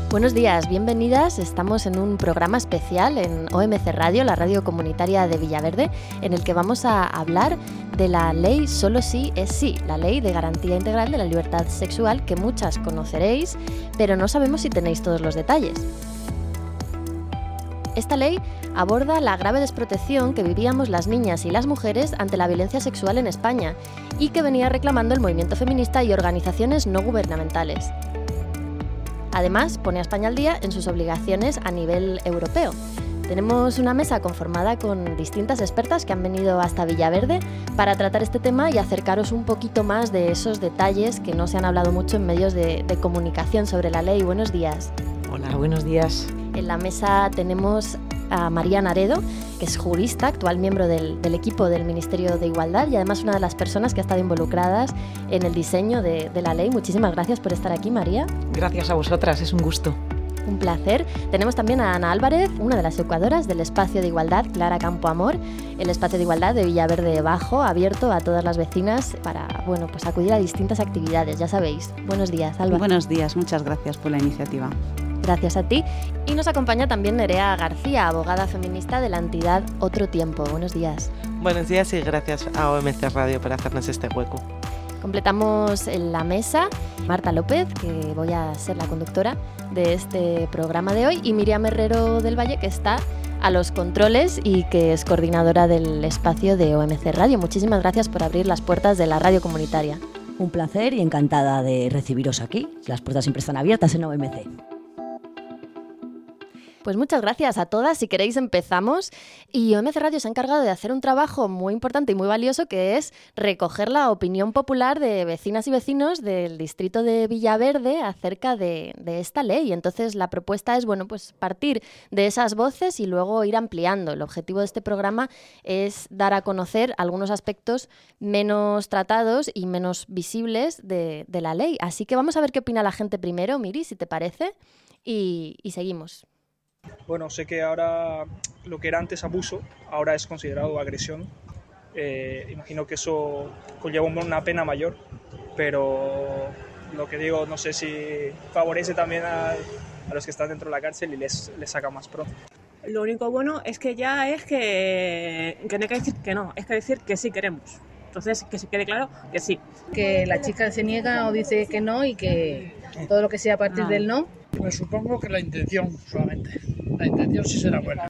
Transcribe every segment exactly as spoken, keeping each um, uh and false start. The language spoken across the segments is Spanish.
Buenos días, bienvenidas. Estamos en un programa especial en O M C Radio, la radio comunitaria de Villaverde, en el que vamos a hablar de la ley Solo Sí es Sí, la ley de garantía integral de la libertad sexual que muchas conoceréis, pero no sabemos si tenéis todos los detalles. Esta ley aborda la grave desprotección que vivíamos las niñas y las mujeres ante la violencia sexual en España y que venía reclamando el movimiento feminista y organizaciones no gubernamentales. Además, pone a España al día en sus obligaciones a nivel europeo. Tenemos una mesa conformada con distintas expertas que han venido hasta Villaverde para tratar este tema y acercaros un poquito más de esos detalles que no se han hablado mucho en medios de, de comunicación sobre la ley. Buenos días. Hola, buenos días. En la mesa tenemos a María Naredo, que es jurista, actual miembro del, del equipo del Ministerio de Igualdad y además una de las personas que ha estado involucradas en el diseño de, de la ley. Muchísimas gracias por estar aquí, María. Gracias a vosotras, es un gusto. Un placer. Tenemos también a Ana Álvarez, una de las educadoras del Espacio de Igualdad Clara Campoamor, el Espacio de Igualdad de Villaverde Bajo, abierto a todas las vecinas para, bueno, pues acudir a distintas actividades, ya sabéis. Buenos días, Alba. Buenos días, muchas gracias por la iniciativa. Gracias a ti. Y nos acompaña también Nerea García, abogada feminista de la entidad Otro Tiempo. Buenos días. Buenos días y gracias a O M C Radio por hacernos este hueco. Completamos en la mesa Marta López, que voy a ser la conductora de este programa de hoy, y Miriam Herrero del Valle, que está a los controles y que es coordinadora del espacio de O M C Radio. Muchísimas gracias por abrir las puertas de la radio comunitaria. Un placer y encantada de recibiros aquí. Las puertas siempre están abiertas en O M C. Pues muchas gracias a todas. Si queréis empezamos. Y O M C Radio se ha encargado de hacer un trabajo muy importante y muy valioso, que es recoger la opinión popular de vecinas y vecinos del distrito de Villaverde acerca de, de esta ley. Entonces la propuesta es, bueno, pues partir de esas voces y luego ir ampliando. El objetivo de este programa es dar a conocer algunos aspectos menos tratados y menos visibles de, de la ley. Así que vamos a ver qué opina la gente primero, Miri, si te parece, y, y seguimos. Bueno, sé que ahora lo que era antes abuso, ahora es considerado agresión. Eh, imagino que eso conlleva una pena mayor, pero lo que digo, no sé si favorece también a, a los que están dentro de la cárcel y les, les saca más pronto. Lo único bueno es que ya es que, que no hay que decir que no, es que decir que sí queremos. Entonces, que se quede claro que sí. Que la chica se niega o dice que no y que todo lo que sea a partir ah. del no. Pues supongo que la intención solamente. La intención sí será buena.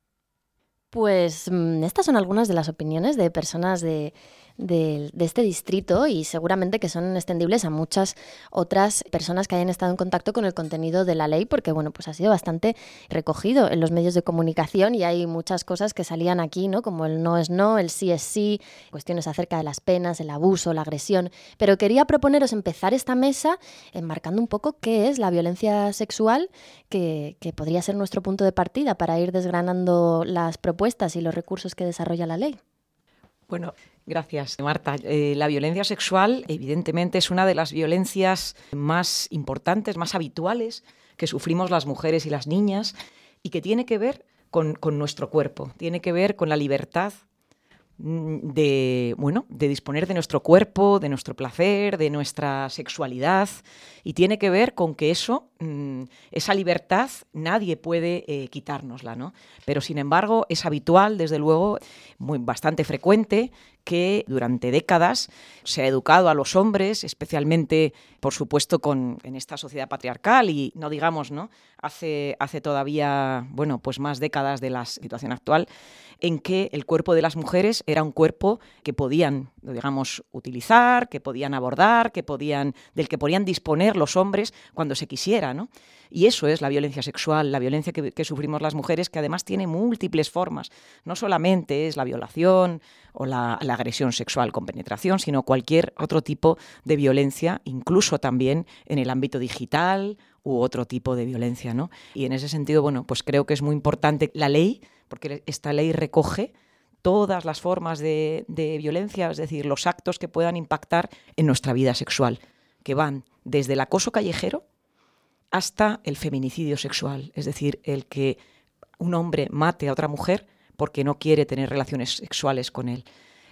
Pues estas son algunas de las opiniones de personas de, de, de este distrito y seguramente que son extendibles a muchas otras personas que hayan estado en contacto con el contenido de la ley, porque bueno, pues ha sido bastante recogido en los medios de comunicación y hay muchas cosas que salían aquí, ¿no? Como el no es no, el sí es sí, cuestiones acerca de las penas, el abuso, la agresión. Pero quería proponeros empezar esta mesa enmarcando un poco qué es la violencia sexual, que, que podría ser nuestro punto de partida para ir desgranando las propuestas y los recursos que desarrolla la ley. Bueno, gracias, Marta. Eh, la violencia sexual, evidentemente, es una de las violencias más importantes, más habituales que sufrimos las mujeres y las niñas y que tiene que ver con, con nuestro cuerpo, tiene que ver con la libertad de, bueno, de disponer de nuestro cuerpo, de nuestro placer, de nuestra sexualidad, y tiene que ver con que eso, esa libertad, nadie puede eh, quitárnosla, ¿no? Pero sin embargo es habitual, desde luego, muy, bastante frecuente, que durante décadas se ha educado a los hombres, especialmente, por supuesto, con, en esta sociedad patriarcal y no digamos, ¿no? Hace, hace todavía, bueno, pues más décadas de la situación actual, en que el cuerpo de las mujeres era un cuerpo que podían, digamos, utilizar, que podían abordar, que podían, del que podían disponer los hombres cuando se quisiera, ¿no? Y eso es la violencia sexual, la violencia que, que sufrimos las mujeres, que además tiene múltiples formas. No solamente es la violación o la, la agresión sexual con penetración, sino cualquier otro tipo de violencia, incluso también en el ámbito digital u otro tipo de violencia, ¿no? Y en ese sentido, bueno, pues creo que es muy importante la ley, porque esta ley recoge todas las formas de, de violencia, es decir, los actos que puedan impactar en nuestra vida sexual, que van desde el acoso callejero hasta el feminicidio sexual, es decir, el que un hombre mate a otra mujer porque no quiere tener relaciones sexuales con él.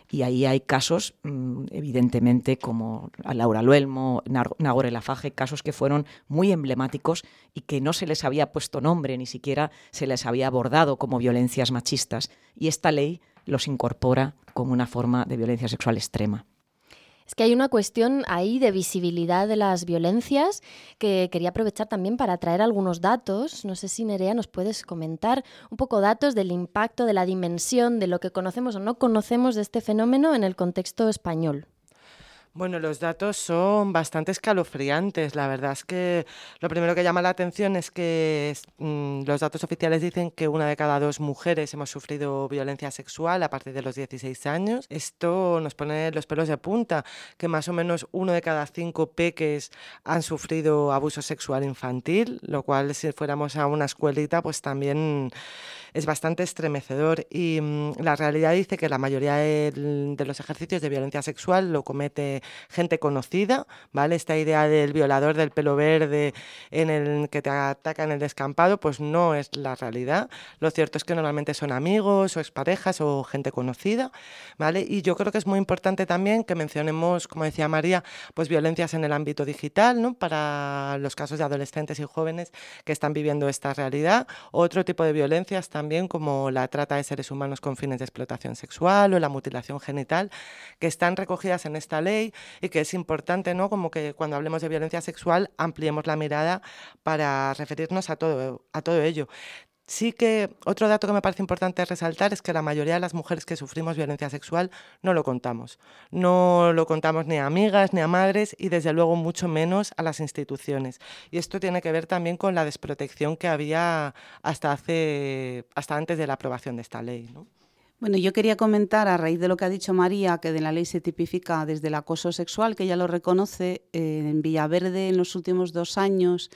Y ahí hay casos, evidentemente, como Laura Luelmo, Nagore Laffage, casos que fueron muy emblemáticos y que no se les había puesto nombre, ni siquiera se les había abordado como violencias machistas. Y esta ley los incorpora como una forma de violencia sexual extrema. Es que hay una cuestión ahí de visibilidad de las violencias que quería aprovechar también para traer algunos datos. No sé si, Nerea, nos puedes comentar un poco datos del impacto, de la dimensión, de lo que conocemos o no conocemos de este fenómeno en el contexto español. Bueno, los datos son bastante escalofriantes. La verdad es que lo primero que llama la atención es que mmm, los datos oficiales dicen que una de cada dos mujeres hemos sufrido violencia sexual a partir de los dieciséis años. Esto nos pone los pelos de punta, que más o menos uno de cada cinco peques han sufrido abuso sexual infantil, lo cual si fuéramos a una escuelita pues también es bastante estremecedor. Y mmm, la realidad dice que la mayoría de, de los ejercicios de violencia sexual lo comete gente conocida, ¿vale? Esta idea del violador del pelo verde en el que te ataca en el descampado, pues no es la realidad. Lo cierto es que normalmente son amigos o exparejas o gente conocida, ¿vale? Y yo creo que es muy importante también que mencionemos, como decía María, pues violencias en el ámbito digital, ¿no? Para los casos de adolescentes y jóvenes que están viviendo esta realidad. Otro tipo de violencias también, como la trata de seres humanos con fines de explotación sexual o la mutilación genital, que están recogidas en esta ley y que es importante, ¿no? Como que cuando hablemos de violencia sexual ampliemos la mirada para referirnos a todo, a todo ello. Sí que otro dato que me parece importante resaltar es que la mayoría de las mujeres que sufrimos violencia sexual no lo contamos. No lo contamos ni a amigas ni a madres y desde luego mucho menos a las instituciones. Y esto tiene que ver también con la desprotección que había hasta, hace, hasta antes de la aprobación de esta ley, ¿no? Bueno, yo quería comentar, a raíz de lo que ha dicho María, que de la ley se tipifica desde el acoso sexual, que ella lo reconoce. Eh, en Villaverde en los últimos dos años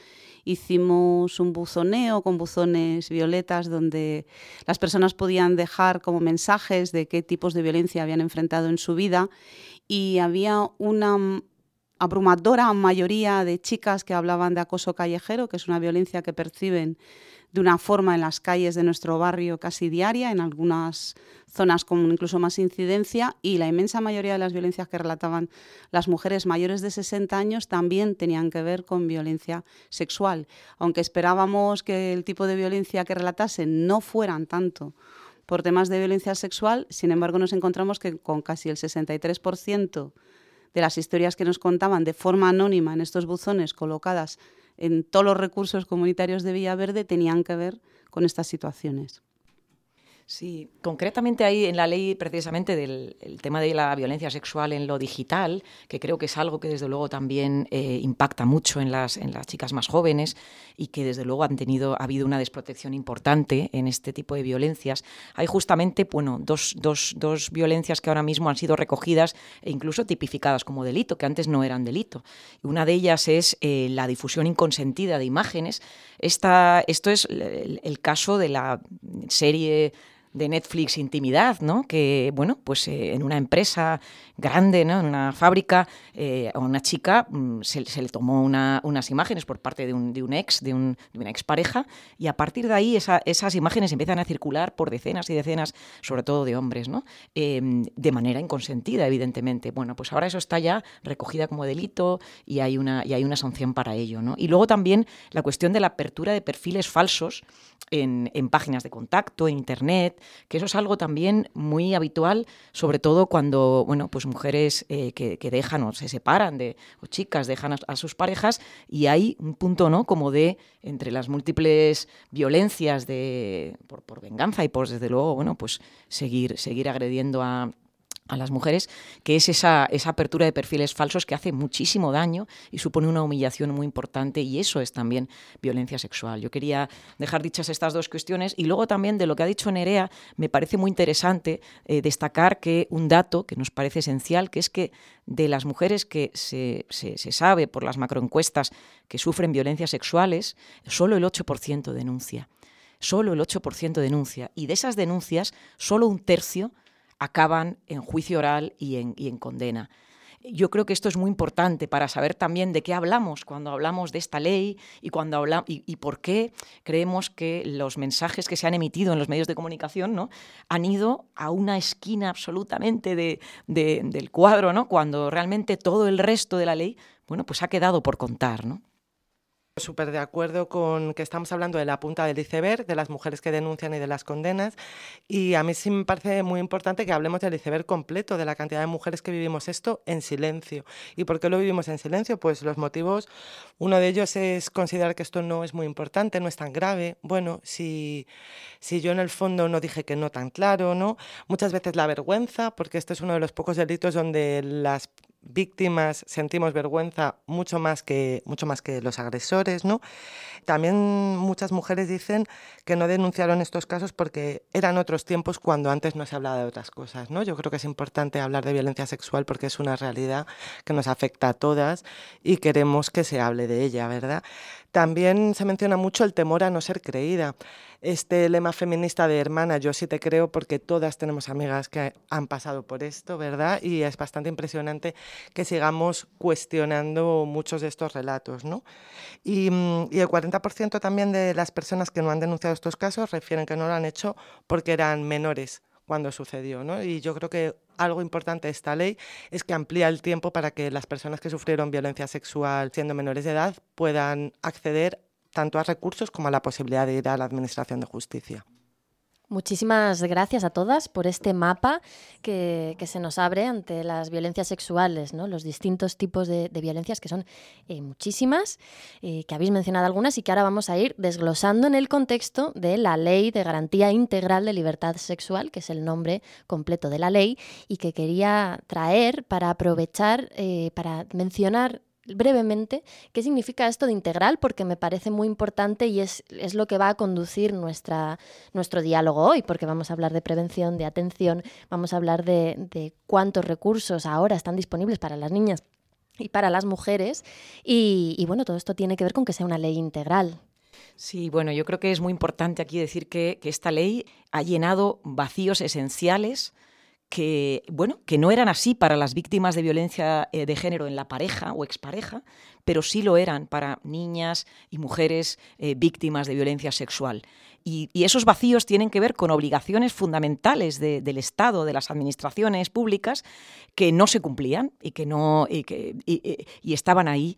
hicimos un buzoneo con buzones violetas donde las personas podían dejar como mensajes de qué tipos de violencia habían enfrentado en su vida, y había una abrumadora mayoría de chicas que hablaban de acoso callejero, que es una violencia que perciben de una forma en las calles de nuestro barrio casi diaria, en algunas zonas con incluso más incidencia, y la inmensa mayoría de las violencias que relataban las mujeres mayores de sesenta años también tenían que ver con violencia sexual. Aunque esperábamos que el tipo de violencia que relatasen no fueran tanto por temas de violencia sexual, sin embargo nos encontramos que con casi el sesenta y tres por ciento de las historias que nos contaban de forma anónima en estos buzones colocadas en todos los recursos comunitarios de Villaverde tenían que ver con estas situaciones. Sí, concretamente ahí en la ley precisamente del el tema de la violencia sexual en lo digital, que creo que es algo que desde luego también eh, impacta mucho en las, en las chicas más jóvenes y que desde luego han tenido, ha habido una desprotección importante en este tipo de violencias. Hay justamente bueno, dos, dos, dos violencias que ahora mismo han sido recogidas e incluso tipificadas como delito, que antes no eran delito. Una de ellas es eh, la difusión inconsentida de imágenes. Esta, esto es el, el caso de la serie de Netflix Intimidad, ¿no? Que, bueno, pues eh, en una empresa grande, ¿no? En una fábrica, eh, a una chica mmm, se, se le tomó una, unas imágenes por parte de un, de un ex, de, un, de una expareja, y a partir de ahí esa, esas imágenes empiezan a circular por decenas y decenas, sobre todo de hombres, ¿no? Eh, de manera inconsentida, evidentemente. Bueno, pues ahora eso está ya recogida como delito y hay una, y hay una sanción para ello, ¿no? Y luego también la cuestión de la apertura de perfiles falsos en, en páginas de contacto, en Internet, que eso es algo también muy habitual, sobre todo cuando, bueno, pues mujeres eh, que, que dejan o se separan de, o chicas dejan a, a sus parejas, y hay un punto, ¿no? Como de, entre las múltiples violencias de, por, por venganza y por, desde luego, bueno, pues seguir, seguir agrediendo a a las mujeres, que es esa, esa apertura de perfiles falsos que hace muchísimo daño y supone una humillación muy importante, y eso es también violencia sexual. Yo quería dejar dichas estas dos cuestiones, y luego también de lo que ha dicho Nerea, me parece muy interesante eh, destacar que un dato que nos parece esencial, que es que de las mujeres que se, se, se sabe por las macroencuestas que sufren violencias sexuales, solo el ocho por ciento denuncia. Solo el ocho por ciento denuncia, y de esas denuncias, solo un tercio acaban en juicio oral y en, y en condena. Yo creo que esto es muy importante para saber también de qué hablamos cuando hablamos de esta ley y, cuando habla, y, y por qué creemos que los mensajes que se han emitido en los medios de comunicación, ¿no?, han ido a una esquina absolutamente de, de, del cuadro, ¿no?, cuando realmente todo el resto de la ley, bueno, pues ha quedado por contar, ¿no? Súper de acuerdo con que estamos hablando de la punta del iceberg, de las mujeres que denuncian y de las condenas, y a mí sí me parece muy importante que hablemos del iceberg completo, de la cantidad de mujeres que vivimos esto en silencio. ¿Y por qué lo vivimos en silencio? Pues los motivos, uno de ellos es considerar que esto no es muy importante, no es tan grave. Bueno, si, si yo en el fondo no dije que no tan claro, ¿no? Muchas veces la vergüenza, porque este es uno de los pocos delitos donde las víctimas sentimos vergüenza mucho más que, mucho más que los agresores, ¿no? También muchas mujeres dicen que no denunciaron estos casos porque eran otros tiempos cuando antes no se hablaba de otras cosas, ¿no? Yo creo que es importante hablar de violencia sexual porque es una realidad que nos afecta a todas y queremos que se hable de ella, ¿verdad? También se menciona mucho el temor a no ser creída. Este lema feminista de hermana, yo sí te creo, porque todas tenemos amigas que han pasado por esto, ¿verdad? Y es bastante impresionante que sigamos cuestionando muchos de estos relatos, ¿no? Y, y el cuarenta por ciento también de las personas que no han denunciado estos casos refieren que no lo han hecho porque eran menores cuando sucedió, ¿no? Y yo creo que algo importante de esta ley es que amplía el tiempo para que las personas que sufrieron violencia sexual siendo menores de edad puedan acceder tanto a recursos como a la posibilidad de ir a la Administración de Justicia. Muchísimas gracias a todas por este mapa que, que se nos abre ante las violencias sexuales, ¿no? Los distintos tipos de, de violencias, que son eh, muchísimas, eh, que habéis mencionado algunas y que ahora vamos a ir desglosando en el contexto de la Ley de Garantía Integral de Libertad Sexual, que es el nombre completo de la ley, y que quería traer para aprovechar, eh, para mencionar brevemente qué significa esto de integral, porque me parece muy importante y es, es lo que va a conducir nuestra, nuestro diálogo hoy, porque vamos a hablar de prevención, de atención, vamos a hablar de, de cuántos recursos ahora están disponibles para las niñas y para las mujeres y, y bueno, todo esto tiene que ver con que sea una ley integral. Sí, bueno, yo creo que es muy importante aquí decir que, que esta ley ha llenado vacíos esenciales que, bueno, que no eran así para las víctimas de violencia eh, de género en la pareja o expareja, pero sí lo eran para niñas y mujeres eh, víctimas de violencia sexual. Y, y esos vacíos tienen que ver con obligaciones fundamentales de, del Estado, de las administraciones públicas, que no se cumplían y que no y, que, y, y estaban ahí.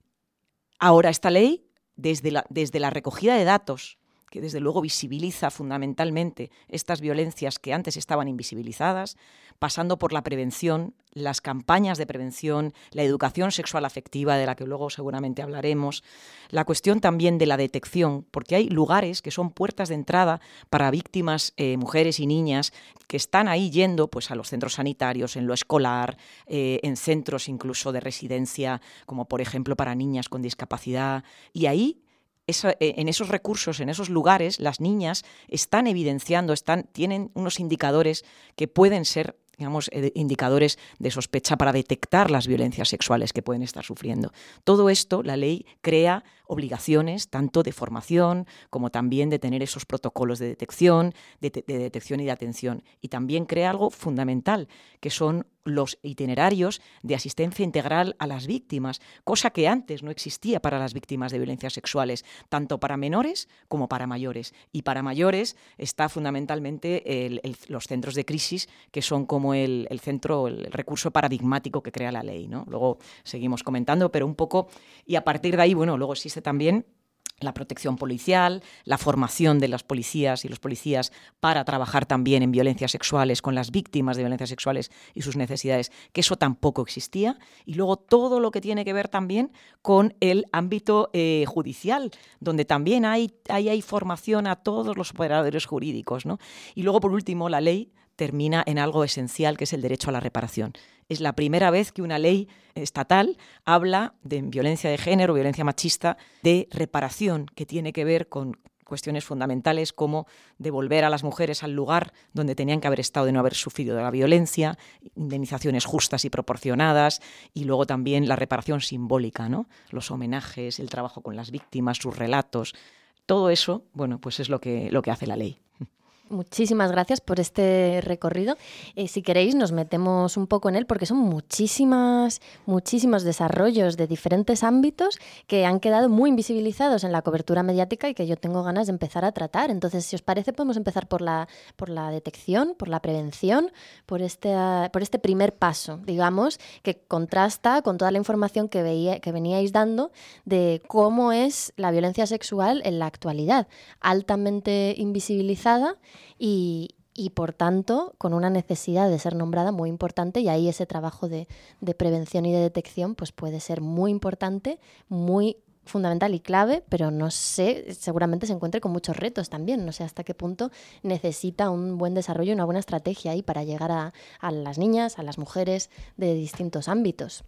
Ahora esta ley, desde la, desde la recogida de datos, que desde luego visibiliza fundamentalmente estas violencias que antes estaban invisibilizadas, pasando por la prevención, las campañas de prevención, la educación sexual afectiva, de la que luego seguramente hablaremos, la cuestión también de la detección, porque hay lugares que son puertas de entrada para víctimas, eh, mujeres y niñas, que están ahí yendo pues, a los centros sanitarios, en lo escolar, eh, en centros incluso de residencia, como por ejemplo para niñas con discapacidad, y ahí Esa, en esos recursos, en esos lugares, las niñas están evidenciando, están, tienen unos indicadores que pueden ser, digamos, eh, indicadores de sospecha para detectar las violencias sexuales que pueden estar sufriendo. Todo esto, la ley crea obligaciones tanto de formación como también de tener esos protocolos de detección, de, de detección y de atención. Y también crea algo fundamental, que son los itinerarios de asistencia integral a las víctimas, cosa que antes no existía para las víctimas de violencias sexuales, tanto para menores como para mayores. Y para mayores está fundamentalmente el, el, los centros de crisis, que son como el, el centro, el recurso paradigmático que crea la ley, ¿no? Luego seguimos comentando, pero un poco, y a partir de ahí, bueno, luego existe también la protección policial, la formación de las policías y los policías para trabajar también en violencias sexuales con las víctimas de violencias sexuales y sus necesidades, que eso tampoco existía. Y luego todo lo que tiene que ver también con el ámbito eh, judicial, donde también hay, hay, hay formación a todos los operadores jurídicos, ¿no? Y luego, por último, la ley termina en algo esencial, que es el derecho a la reparación. Es la primera vez que una ley estatal habla de violencia de género, violencia machista, de reparación, que tiene que ver con cuestiones fundamentales como devolver a las mujeres al lugar donde tenían que haber estado de no haber sufrido de la violencia, indemnizaciones justas y proporcionadas, y luego también la reparación simbólica, ¿no? Los homenajes, el trabajo con las víctimas, sus relatos. Todo eso, bueno, pues es lo que, lo que hace la ley. muchísimas gracias por este recorrido. Eh, si queréis, nos metemos un poco en él porque son muchísimas, muchísimos desarrollos de diferentes ámbitos que han quedado muy invisibilizados en la cobertura mediática y que yo tengo ganas de empezar a tratar. Entonces, si os parece, podemos empezar por la, por la detección, por la prevención, por este, por este primer paso, digamos, que contrasta con toda la información que, veía, que veníais dando de cómo es la violencia sexual en la actualidad, altamente invisibilizada y, y, por tanto, con una necesidad de ser nombrada muy importante, y ahí ese trabajo de, de prevención y de detección pues puede ser muy importante, muy fundamental y clave, pero no sé, seguramente se encuentre con muchos retos también. No sé hasta qué punto necesita un buen desarrollo y una buena estrategia ahí para llegar a, a las niñas, a las mujeres de distintos ámbitos.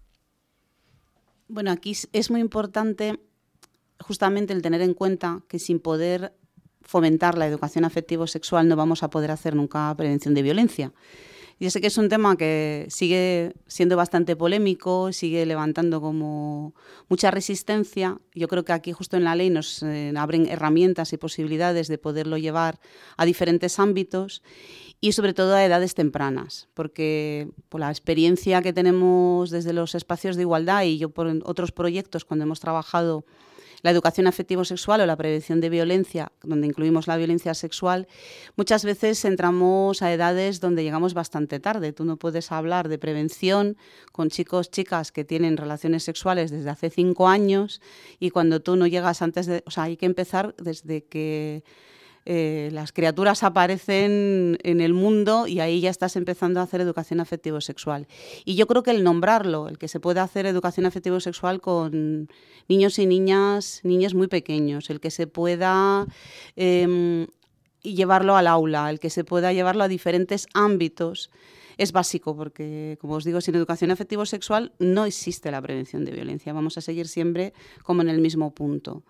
Bueno, aquí es muy importante justamente el tener en cuenta que sin poder fomentar la educación afectivo-sexual no vamos a poder hacer nunca prevención de violencia. Yo sé que es un tema que sigue siendo bastante polémico, sigue levantando como mucha resistencia. Yo creo que aquí justo en la ley nos eh, abren herramientas y posibilidades de poderlo llevar a diferentes ámbitos y sobre todo a edades tempranas, porque por la experiencia que tenemos desde los espacios de igualdad y yo por otros proyectos cuando hemos trabajado la educación afectivo-sexual o la prevención de violencia, donde incluimos la violencia sexual, muchas veces entramos a edades donde llegamos bastante tarde. Tú no puedes hablar de prevención con chicos, chicas que tienen relaciones sexuales desde hace cinco años y cuando tú no llegas antes de... O sea, hay que empezar desde que eh, las criaturas aparecen en el mundo y ahí ya estás empezando a hacer educación afectivo-sexual. Y yo creo que el nombrarlo, el que se puede hacer educación afectivo-sexual con niños y niñas, niños muy pequeños, el que se pueda eh, llevarlo al aula, el que se pueda llevarlo a diferentes ámbitos, es básico porque, como os digo, sin educación afectivo-sexual no existe la prevención de violencia. Vamos a seguir siempre como en el mismo punto.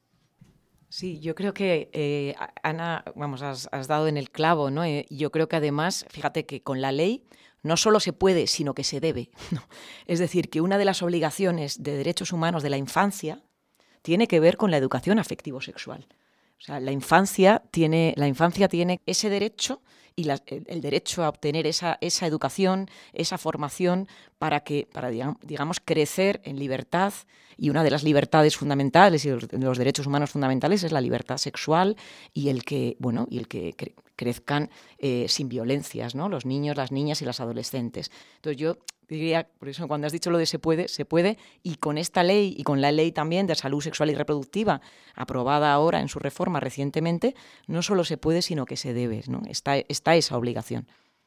Sí, yo creo que, eh, Ana, vamos, has, has dado en el clavo, ¿no? Eh, yo creo que además, fíjate que con la ley no solo se puede, sino que se debe, ¿no? Es decir, que una de las obligaciones de derechos humanos de la infancia tiene que ver con la educación afectivo-sexual. O sea, la infancia tiene, la infancia tiene ese derecho y la, el, el derecho a obtener esa, esa educación, esa formación para, que, para digamos, crecer en libertad. Y una de las libertades fundamentales y los, los derechos humanos fundamentales es la libertad sexual y el que, bueno, y el que cre- crezcan eh, sin violencias, ¿no? Los niños, las niñas y las adolescentes. Entonces yo diría, por eso cuando has dicho lo de se puede, se puede, y con esta ley y con la ley también de salud sexual y reproductiva, aprobada ahora en su reforma recientemente, no solo se puede, sino que se debe, ¿no? Está, está esa obligación.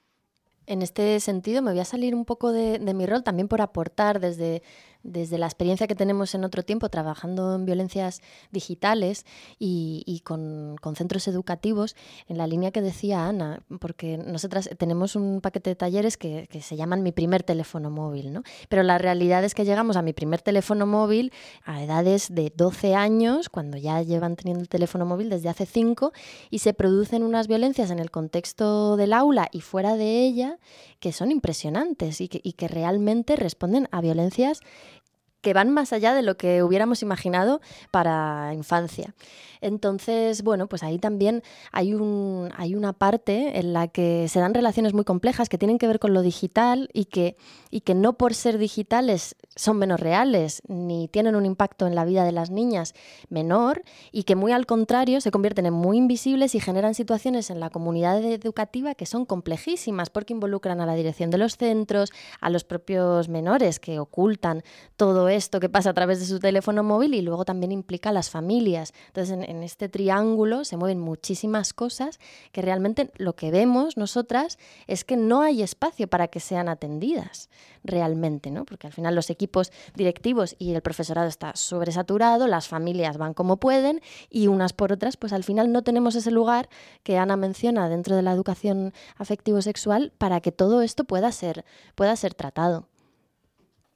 En este sentido, me voy a salir un poco de, de mi rol también por aportar desde, desde la experiencia que tenemos en otro tiempo trabajando en violencias digitales y, y con, con centros educativos, en la línea que decía Ana, porque nosotras tenemos un paquete de talleres que, que se llaman Mi primer teléfono móvil, ¿no? Pero la realidad es que llegamos a mi primer teléfono móvil a edades de doce años, cuando ya llevan teniendo el teléfono móvil desde hace cinco, y se producen unas violencias en el contexto del aula y fuera de ella que son impresionantes y que, y que realmente responden a violencias que van más allá de lo que hubiéramos imaginado para infancia. Entonces, bueno, pues ahí también hay, un, hay una parte en la que se dan relaciones muy complejas que tienen que ver con lo digital y que, y que no por ser digitales son menos reales ni tienen un impacto en la vida de las niñas menor y que muy al contrario se convierten en muy invisibles y generan situaciones en la comunidad educativa que son complejísimas porque involucran a la dirección de los centros, a los propios menores que ocultan todo esto que pasa a través de su teléfono móvil y luego también implica a las familias. Entonces, en, en este triángulo se mueven muchísimas cosas que realmente lo que vemos nosotras es que no hay espacio para que sean atendidas realmente, ¿no? Porque al final los equipos directivos y el profesorado está sobresaturado, las familias van como pueden y unas por otras, pues al final no tenemos ese lugar que Ana menciona dentro de la educación afectivo-sexual para que todo esto pueda ser, pueda ser tratado.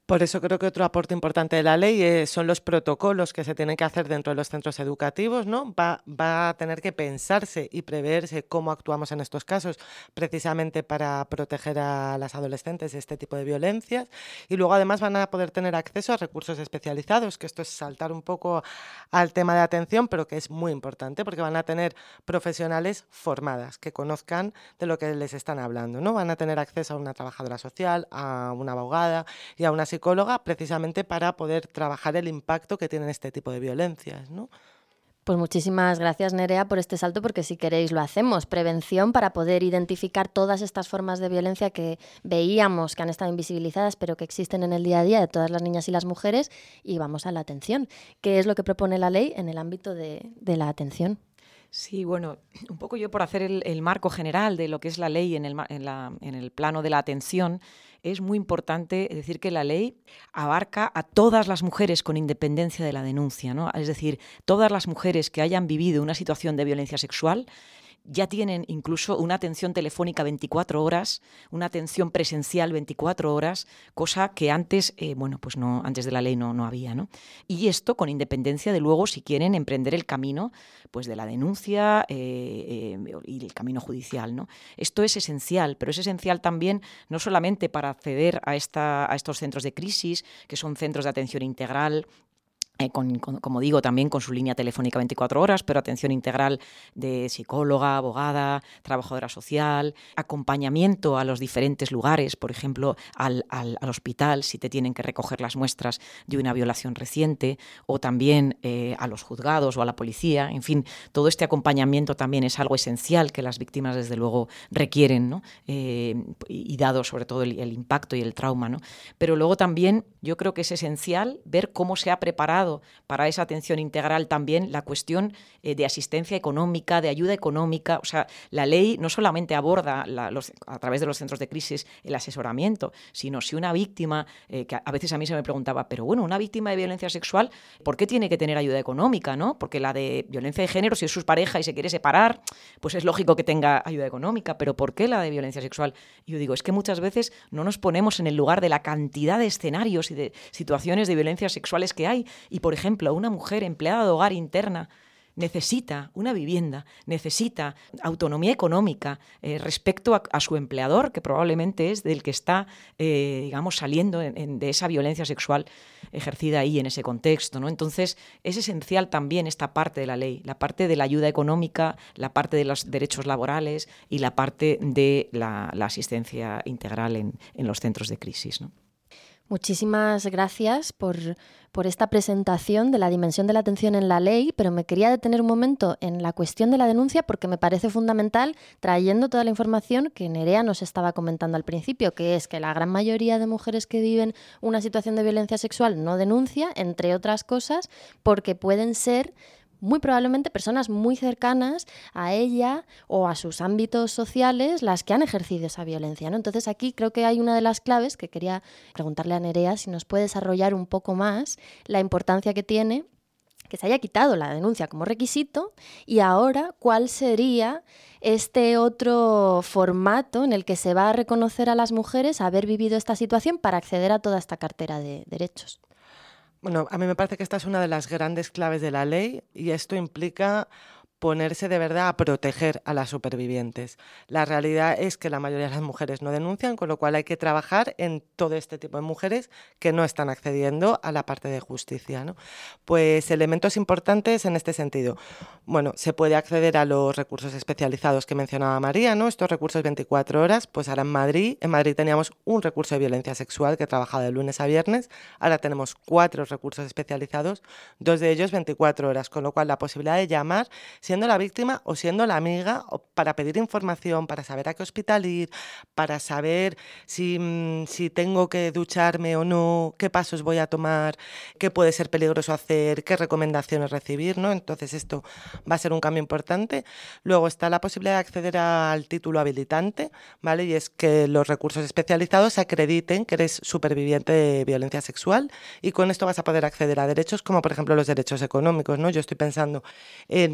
Por eso creo que otro aporte importante de la ley eh, son los protocolos que se tienen que hacer dentro de los centros educativos, ¿no? Va, va a tener que pensarse y preverse cómo actuamos en estos casos, precisamente para proteger a las adolescentes de este tipo de violencias. Y luego además van a poder tener acceso a recursos especializados, que esto es saltar un poco al tema de atención, pero que es muy importante porque van a tener profesionales formadas que conozcan de lo que les están hablando, ¿no? Van a tener acceso a una trabajadora social, a una abogada y a una psicóloga psicóloga precisamente para poder trabajar el impacto que tienen este tipo de violencias, ¿no? Pues muchísimas gracias, Nerea, por este salto, porque si queréis lo hacemos. Prevención para poder identificar todas estas formas de violencia que veíamos que han estado invisibilizadas, pero que existen en el día a día de todas las niñas y las mujeres, y vamos a la atención. ¿Qué es lo que propone la ley en el ámbito de, de la atención? Sí, bueno, un poco yo por hacer el, el marco general de lo que es la ley en el, en, la, en el plano de la atención, es muy importante decir que la ley abarca a todas las mujeres con independencia de la denuncia, ¿no? Es decir, todas las mujeres que hayan vivido una situación de violencia sexual ya tienen incluso una atención telefónica veinticuatro horas, una atención presencial veinticuatro horas, cosa que antes, eh, bueno, pues no, antes de la ley no, no había, ¿no? Y esto con independencia de luego si quieren emprender el camino, pues de la denuncia eh, eh, y el camino judicial, ¿no? Esto es esencial, pero es esencial también no solamente para acceder a, esta, a estos centros de crisis, que son centros de atención integral, Eh, con, con, como digo, también con su línea telefónica veinticuatro horas, pero atención integral de psicóloga, abogada, trabajadora social, acompañamiento a los diferentes lugares, por ejemplo, al, al, al hospital, si te tienen que recoger las muestras de una violación reciente, o también eh, a los juzgados o a la policía. En fin, todo este acompañamiento también es algo esencial que las víctimas, desde luego, requieren, ¿no? Eh, y, y dado sobre todo el, el impacto y el trauma, ¿no? Pero luego también yo creo que es esencial ver cómo se ha preparado para esa atención integral también la cuestión eh, de asistencia económica, de ayuda económica. O sea, la ley no solamente aborda la, los, a través de los centros de crisis el asesoramiento, sino si una víctima, eh, que a veces a mí se me preguntaba, pero bueno, una víctima de violencia sexual, ¿por qué tiene que tener ayuda económica, no? Porque la de violencia de género, si es su pareja y se quiere separar, pues es lógico que tenga ayuda económica, pero ¿por qué la de violencia sexual? Y yo digo, es que muchas veces no nos ponemos en el lugar de la cantidad de escenarios y de situaciones de violencias sexuales que hay. Y, por ejemplo, una mujer empleada de hogar interna necesita una vivienda, necesita autonomía económica eh, respecto a, a su empleador, que probablemente es del que está, eh, digamos, saliendo en, en, de esa violencia sexual ejercida ahí en ese contexto, ¿no? Entonces, es esencial también esta parte de la ley, la parte de la ayuda económica, la parte de los derechos laborales y la parte de la, la asistencia integral en, en los centros de crisis, ¿no? Muchísimas gracias por, por esta presentación de la dimensión de la atención en la ley, pero me quería detener un momento en la cuestión de la denuncia porque me parece fundamental, trayendo toda la información que Nerea nos estaba comentando al principio, que es que la gran mayoría de mujeres que viven una situación de violencia sexual no denuncia, entre otras cosas, porque pueden ser muy probablemente personas muy cercanas a ella o a sus ámbitos sociales las que han ejercido esa violencia, ¿no? Entonces aquí creo que hay una de las claves que quería preguntarle a Nerea si nos puede desarrollar un poco más la importancia que tiene que se haya quitado la denuncia como requisito y ahora cuál sería este otro formato en el que se va a reconocer a las mujeres haber vivido esta situación para acceder a toda esta cartera de derechos. Bueno, a mí me parece que esta es una de las grandes claves de la ley y esto implica ponerse de verdad a proteger a las supervivientes. La realidad es que la mayoría de las mujeres no denuncian, con lo cual hay que trabajar en todo este tipo de mujeres que no están accediendo a la parte de justicia, ¿no? Pues elementos importantes en este sentido. Bueno, se puede acceder a los recursos especializados que mencionaba María, ¿no? Estos recursos veinticuatro horas, pues ahora en Madrid, en Madrid teníamos un recurso de violencia sexual que trabajaba de lunes a viernes, ahora tenemos cuatro recursos especializados, dos de ellos veinticuatro horas, con lo cual la posibilidad de llamar siendo la víctima o siendo la amiga, o para pedir información, para saber a qué hospital ir, para saber si, si tengo que ducharme o no, qué pasos voy a tomar, qué puede ser peligroso hacer, qué recomendaciones recibir, ¿no? Entonces esto va a ser un cambio importante. Luego está la posibilidad de acceder al título habilitante, ¿vale? Y es que los recursos especializados acrediten que eres superviviente de violencia sexual y con esto vas a poder acceder a derechos como por ejemplo los derechos económicos, ¿no? Yo estoy pensando en sufrir una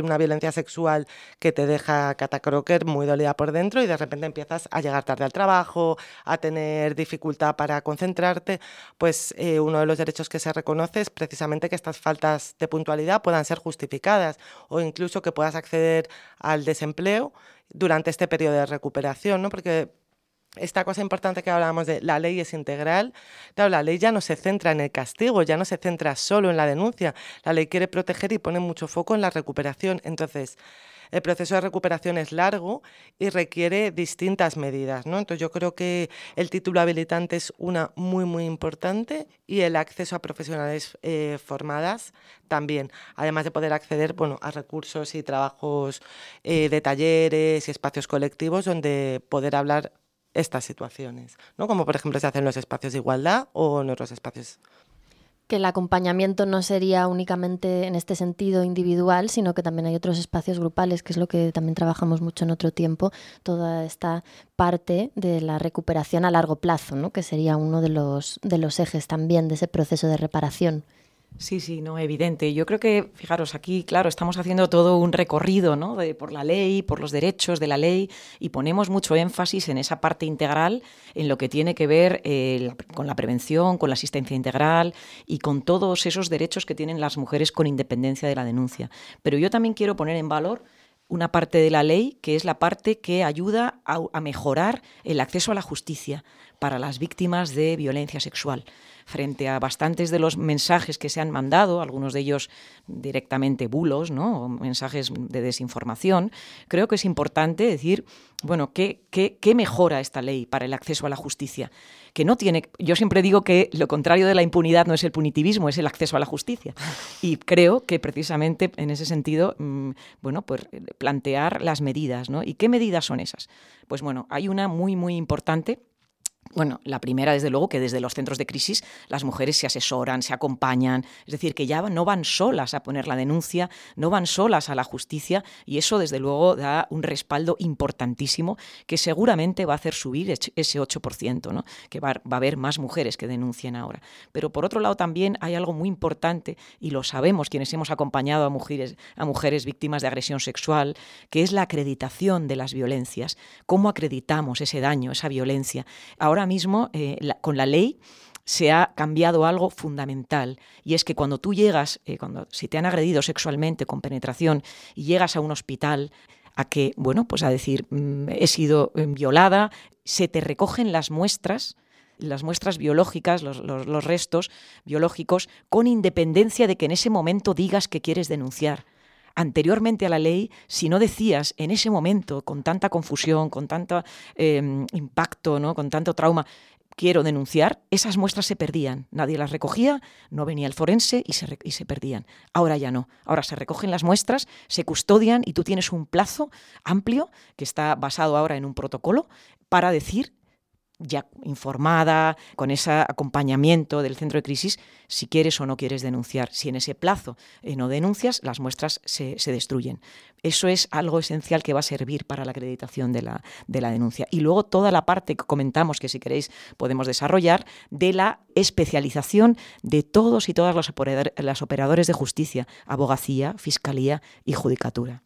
una violencia sexual que te deja catacroker, muy dolida por dentro, y de repente empiezas a llegar tarde al trabajo, a tener dificultad para concentrarte, pues eh, uno de los derechos que se reconoce es precisamente que estas faltas de puntualidad puedan ser justificadas o incluso que puedas acceder al desempleo durante este periodo de recuperación, ¿no? Porque esta cosa importante que hablábamos de la ley es integral, claro, la ley ya no se centra en el castigo, ya no se centra solo en la denuncia, la ley quiere proteger y pone mucho foco en la recuperación. Entonces, el proceso de recuperación es largo y requiere distintas medidas, ¿no? Entonces yo creo que el título habilitante es una muy, muy importante, y el acceso a profesionales eh, formadas también, además de poder acceder, bueno, a recursos y trabajos eh, de talleres y espacios colectivos donde poder hablar estas situaciones, ¿no? Como por ejemplo se hacen los espacios de igualdad o en otros espacios. Que el acompañamiento no sería únicamente en este sentido individual, sino que también hay otros espacios grupales, que es lo que también trabajamos mucho en otro tiempo, toda esta parte de la recuperación a largo plazo, ¿no? Que sería uno de los, de los ejes también de ese proceso de reparación. Sí, sí, no, evidente. Yo creo que, fijaros, aquí, claro, estamos haciendo todo un recorrido, ¿no? De, por la ley, por los derechos de la ley, y ponemos mucho énfasis en esa parte integral, en lo que tiene que ver eh, la, con la prevención, con la asistencia integral y con todos esos derechos que tienen las mujeres con independencia de la denuncia. Pero yo también quiero poner en valor una parte de la ley que es la parte que ayuda a, a mejorar el acceso a la justicia para las víctimas de violencia sexual. Frente a bastantes de los mensajes que se han mandado, algunos de ellos directamente bulos, ¿no? O mensajes de desinformación, creo que es importante decir, bueno, ¿qué, qué, qué mejora esta ley para el acceso a la justicia? Que no tiene, yo siempre digo que lo contrario de la impunidad no es el punitivismo, es el acceso a la justicia. Y creo que precisamente en ese sentido, mmm, bueno, pues plantear las medidas, ¿no? ¿Y qué medidas son esas? Pues bueno, hay una muy, muy importante. Bueno, la primera, desde luego, que desde los centros de crisis las mujeres se asesoran, se acompañan, es decir, que ya no van solas a poner la denuncia, no van solas a la justicia, y eso, desde luego, da un respaldo importantísimo que seguramente va a hacer subir ese ocho por ciento, ¿no? Que va, va a haber más mujeres que denuncien ahora. Pero, por otro lado, también hay algo muy importante, y lo sabemos quienes hemos acompañado a mujeres, a mujeres víctimas de agresión sexual, que es la acreditación de las violencias. ¿Cómo acreditamos ese daño, esa violencia? Ahora mismo, eh, la, con la ley, se ha cambiado algo fundamental, y es que cuando tú llegas, eh, cuando si te han agredido sexualmente con penetración y llegas a un hospital a que, bueno, pues a decir, mmm, he sido eh, violada, se te recogen las muestras, las muestras biológicas, los, los, los restos biológicos, con independencia de que en ese momento digas que quieres denunciar. Anteriormente a la ley, si no decías en ese momento, con tanta confusión, con tanto eh, impacto, ¿no? Con tanto trauma, quiero denunciar, esas muestras se perdían. Nadie las recogía, no venía el forense y se, y se perdían. Ahora ya no. Ahora se recogen las muestras, se custodian y tú tienes un plazo amplio que está basado ahora en un protocolo para decir, ya informada, con ese acompañamiento del centro de crisis, si quieres o no quieres denunciar. Si en ese plazo eh, no denuncias, las muestras se, se destruyen. Eso es algo esencial que va a servir para la acreditación de la, de la denuncia. Y luego toda la parte que comentamos, que si queréis podemos desarrollar, de la especialización de todos y todas los operadores, los operadores de justicia, abogacía, fiscalía y judicatura.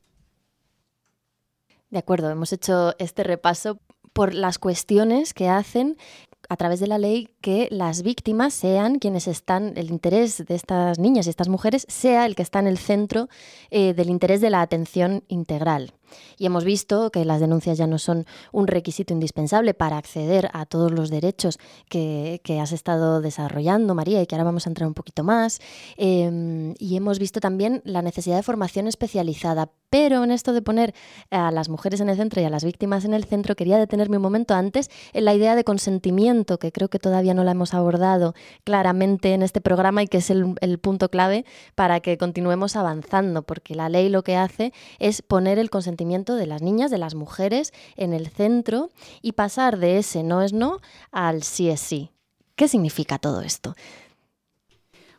De acuerdo, hemos hecho este repaso por las cuestiones que hacen a través de la ley que las víctimas sean quienes están, el interés de estas niñas y estas mujeres sea el que está en el centro eh, del interés de la atención integral. Y hemos visto que las denuncias ya no son un requisito indispensable para acceder a todos los derechos que, que has estado desarrollando, María, y que ahora vamos a entrar un poquito más. Eh, y hemos visto también la necesidad de formación especializada. Pero en esto de poner a las mujeres en el centro y a las víctimas en el centro, quería detenerme un momento antes en la idea de consentimiento, que creo que todavía no la hemos abordado claramente en este programa y que es el, el punto clave para que continuemos avanzando, porque la ley lo que hace es poner el consentimiento de las niñas, de las mujeres en el centro y pasar de ese no es no al sí es sí. ¿Qué significa todo esto?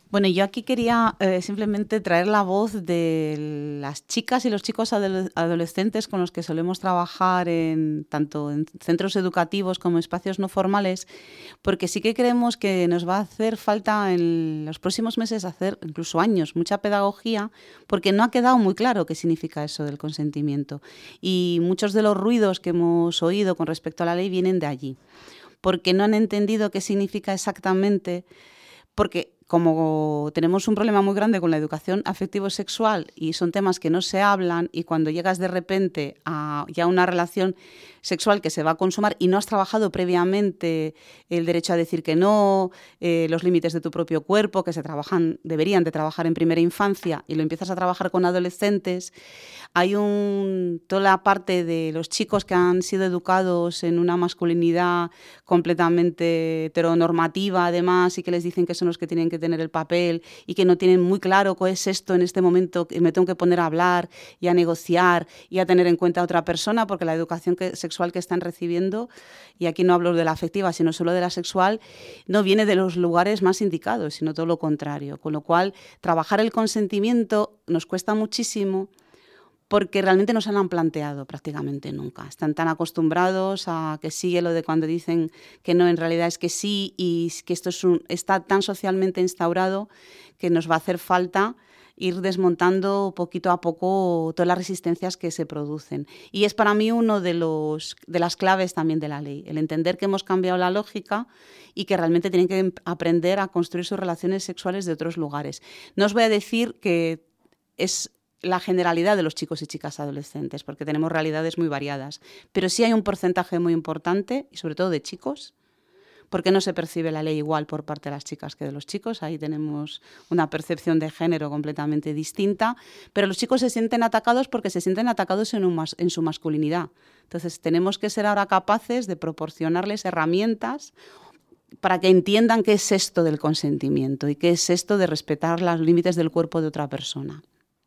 Bueno, yo aquí quería eh, simplemente traer la voz de las chicas y los chicos adole- adolescentes con los que solemos trabajar en, tanto en centros educativos como en espacios no formales, porque sí que creemos que nos va a hacer falta en los próximos meses, hacer incluso años, mucha pedagogía, porque no ha quedado muy claro qué significa eso del consentimiento. Y muchos de los ruidos que hemos oído con respecto a la ley vienen de allí, porque no han entendido qué significa exactamente, porque como tenemos un problema muy grande con la educación afectivo-sexual y son temas que no se hablan, y cuando llegas de repente a ya una relación sexual que se va a consumar y no has trabajado previamente el derecho a decir que no, eh, los límites de tu propio cuerpo, que se trabajan, deberían de trabajar en primera infancia, y lo empiezas a trabajar con adolescentes, hay un, toda la parte de los chicos que han sido educados en una masculinidad completamente heteronormativa, además, y que les dicen que son los que tienen que tener el papel y que no tienen muy claro qué es esto en este momento, que me tengo que poner a hablar y a negociar y a tener en cuenta a otra persona, porque la educación que, sexual que están recibiendo, y aquí no hablo de la afectiva, sino solo de la sexual, no viene de los lugares más indicados, sino todo lo contrario. Con lo cual, trabajar el consentimiento nos cuesta muchísimo, porque realmente no se lo han planteado prácticamente nunca. Están tan acostumbrados a que sigue lo de cuando dicen que no, en realidad es que sí, y que esto es un, está tan socialmente instaurado que nos va a hacer falta ir desmontando poquito a poco todas las resistencias que se producen. Y es para mí uno de, los, de las claves también de la ley, el entender que hemos cambiado la lógica y que realmente tienen que aprender a construir sus relaciones sexuales de otros lugares. No os voy a decir que es la generalidad de los chicos y chicas adolescentes, porque tenemos realidades muy variadas, pero sí hay un porcentaje muy importante, y sobre todo de chicos, porque no se percibe la ley igual por parte de las chicas que de los chicos. Ahí tenemos una percepción de género completamente distinta, pero los chicos se sienten atacados porque se sienten atacados en, un mas, en su masculinidad. Entonces tenemos que ser ahora capaces de proporcionarles herramientas para que entiendan qué es esto del consentimiento y qué es esto de respetar los límites del cuerpo de otra persona.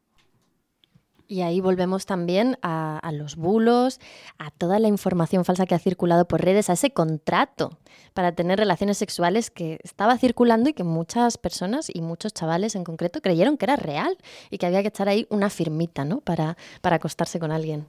Y ahí volvemos también a, a los bulos, a toda la información falsa que ha circulado por redes, a ese contrato para tener relaciones sexuales que estaba circulando y que muchas personas y muchos chavales en concreto creyeron que era real y que había que echar ahí una firmita, ¿no? para, para acostarse con alguien.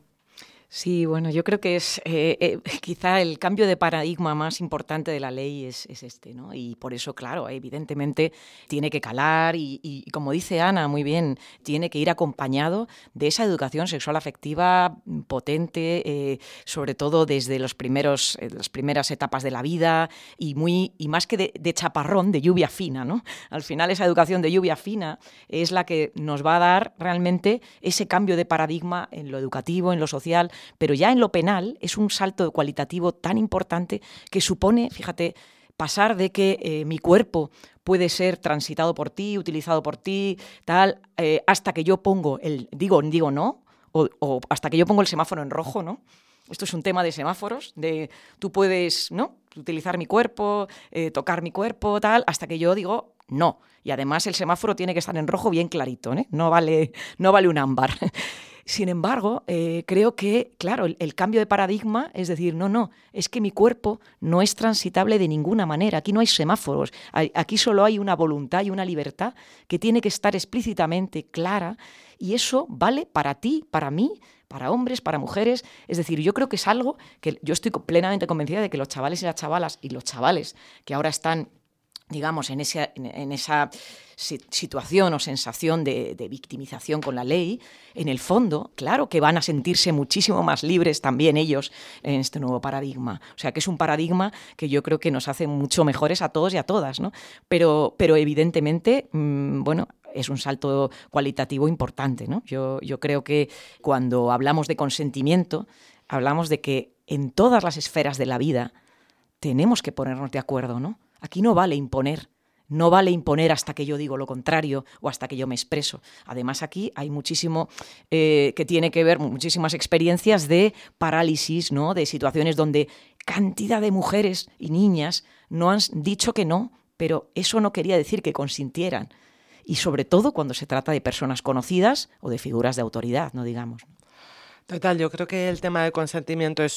Sí, bueno, yo creo que es eh, eh, quizá el cambio de paradigma más importante de la ley es, es este, ¿no? Y por eso, claro, evidentemente tiene que calar y, y, como dice Ana muy bien, tiene que ir acompañado de esa educación sexual afectiva potente, eh, sobre todo desde los primeros, eh, las primeras etapas de la vida y, muy, y más que de, de chaparrón, de lluvia fina, ¿no? Al final esa educación de lluvia fina es la que nos va a dar realmente ese cambio de paradigma en lo educativo, en lo social. Pero ya en lo penal es un salto cualitativo tan importante que supone, fíjate, pasar de que eh, mi cuerpo puede ser transitado por ti, utilizado por ti, tal, eh, hasta que yo pongo el digo, digo no, o, o hasta que yo pongo el semáforo en rojo, ¿no? Esto es un tema de semáforos, de tú puedes, ¿no?, utilizar mi cuerpo, eh, tocar mi cuerpo, tal, hasta que yo digo no. Y además el semáforo tiene que estar en rojo bien clarito, ¿eh? No vale, no vale un ámbar. Sin embargo, eh, creo que, claro, el, el cambio de paradigma es decir, no, no, es que mi cuerpo no es transitable de ninguna manera. Aquí no hay semáforos, hay, aquí solo hay una voluntad y una libertad que tiene que estar explícitamente clara, y eso vale para ti, para mí, para hombres, para mujeres. Es decir, yo creo que es algo que yo estoy plenamente convencida de que los chavales y las chavalas y los chavales que ahora están, digamos, en esa, en, en esa situación o sensación de, de victimización con la ley, en el fondo, claro que van a sentirse muchísimo más libres también ellos en este nuevo paradigma. O sea, que es un paradigma que yo creo que nos hace mucho mejores a todos y a todas, ¿no? Pero, pero evidentemente, mmm, bueno, es un salto cualitativo importante, ¿no? Yo, yo creo que cuando hablamos de consentimiento, hablamos de que en todas las esferas de la vida tenemos que ponernos de acuerdo, ¿no? Aquí no vale imponer, no vale imponer hasta que yo digo lo contrario o hasta que yo me expreso. Además, aquí hay muchísimo eh, que tiene que ver, muchísimas experiencias de parálisis, ¿no?, de situaciones donde cantidad de mujeres y niñas no han dicho que no, pero eso no quería decir que consintieran. Y sobre todo cuando se trata de personas conocidas o de figuras de autoridad, no digamos. Total, yo creo que el tema del consentimiento es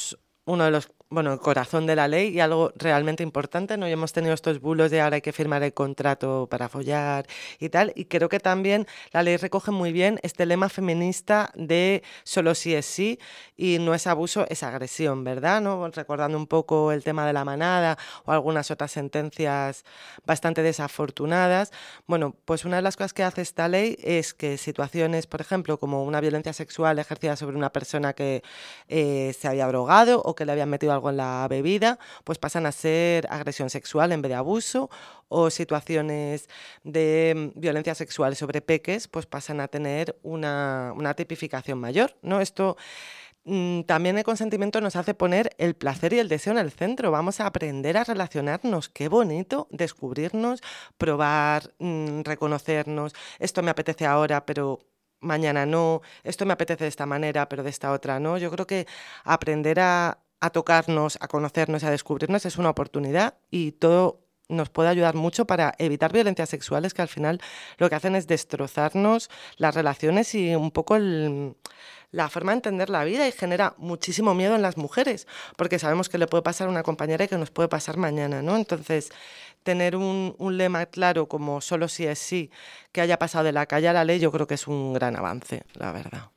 uno de los, bueno, el corazón de la ley y algo realmente importante, ¿no? Y hemos tenido estos bulos de ahora hay que firmar el contrato para follar y tal, y creo que también la ley recoge muy bien este lema feminista de solo sí es sí y no es abuso, es agresión, ¿verdad? ¿No? Recordando un poco el tema de la manada o algunas otras sentencias bastante desafortunadas. Bueno, pues una de las cosas que hace esta ley es que situaciones, por ejemplo, como una violencia sexual ejercida sobre una persona que eh, se había drogado o que le habían metido algo en la bebida, pues pasan a ser agresión sexual en vez de abuso, o situaciones de violencia sexual sobre peques, pues pasan a tener una, una tipificación mayor, ¿no? Esto mm, también el consentimiento nos hace poner el placer y el deseo en el centro. Vamos a aprender a relacionarnos. Qué bonito descubrirnos, probar, mmm, reconocernos. Esto me apetece ahora, pero mañana no. Esto me apetece de esta manera, pero de esta otra no. Yo creo que aprender a a tocarnos, a conocernos, a descubrirnos es una oportunidad y todo nos puede ayudar mucho para evitar violencias sexuales que al final lo que hacen es destrozarnos las relaciones y un poco el, la forma de entender la vida y genera muchísimo miedo en las mujeres porque sabemos que le puede pasar a una compañera y que nos puede pasar mañana, ¿no? Entonces, tener un, un lema claro como solo sí es sí, que haya pasado de la calle a la ley, yo creo que es un gran avance, la verdad.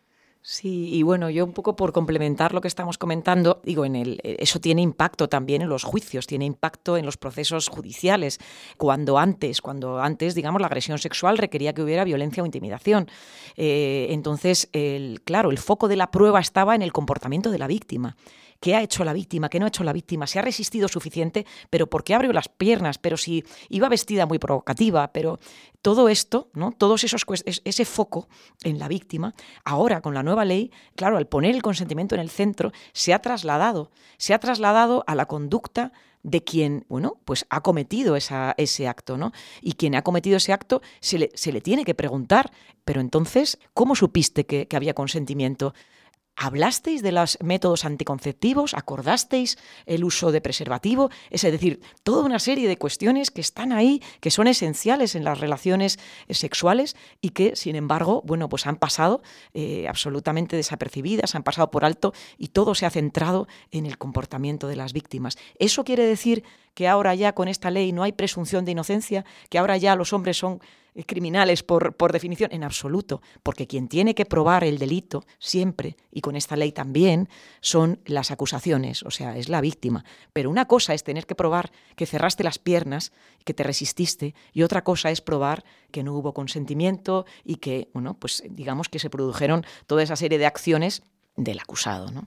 Sí, y bueno, yo un poco por complementar lo que estamos comentando, digo, en el, eso tiene impacto también en los juicios, tiene impacto en los procesos judiciales. Cuando antes, cuando antes, digamos, la agresión sexual requería que hubiera violencia o intimidación. Eh, entonces, el, claro, el foco de la prueba estaba en el comportamiento de la víctima. ¿Qué ha hecho la víctima? ¿Qué no ha hecho la víctima? ¿Se ha resistido suficiente? ¿Pero por qué abrió las piernas? ¿Pero si iba vestida muy provocativa? Pero todo esto, ¿no? Todos esos ese foco en la víctima, ahora con la nueva ley, claro, al poner el consentimiento en el centro, se ha trasladado, se ha trasladado a la conducta de quien, bueno, pues ha cometido esa, ese acto, ¿no? Y quien ha cometido ese acto se le, se le tiene que preguntar, pero entonces, ¿cómo supiste que, que había consentimiento? ¿Hablasteis de los métodos anticonceptivos? ¿Acordasteis el uso de preservativo? Es decir, toda una serie de cuestiones que están ahí, que son esenciales en las relaciones sexuales y que, sin embargo, bueno, pues han pasado eh, absolutamente desapercibidas, han pasado por alto y todo se ha centrado en el comportamiento de las víctimas. ¿Eso quiere decir que ahora ya con esta ley no hay presunción de inocencia? ¿Que ahora ya los hombres son criminales por, por definición? En absoluto, porque quien tiene que probar el delito siempre, y con esta ley también, son las acusaciones, o sea, es la víctima. Pero una cosa es tener que probar que cerraste las piernas, que te resististe, y otra cosa es probar que no hubo consentimiento y que, bueno, pues digamos que se produjeron toda esa serie de acciones del acusado, ¿no?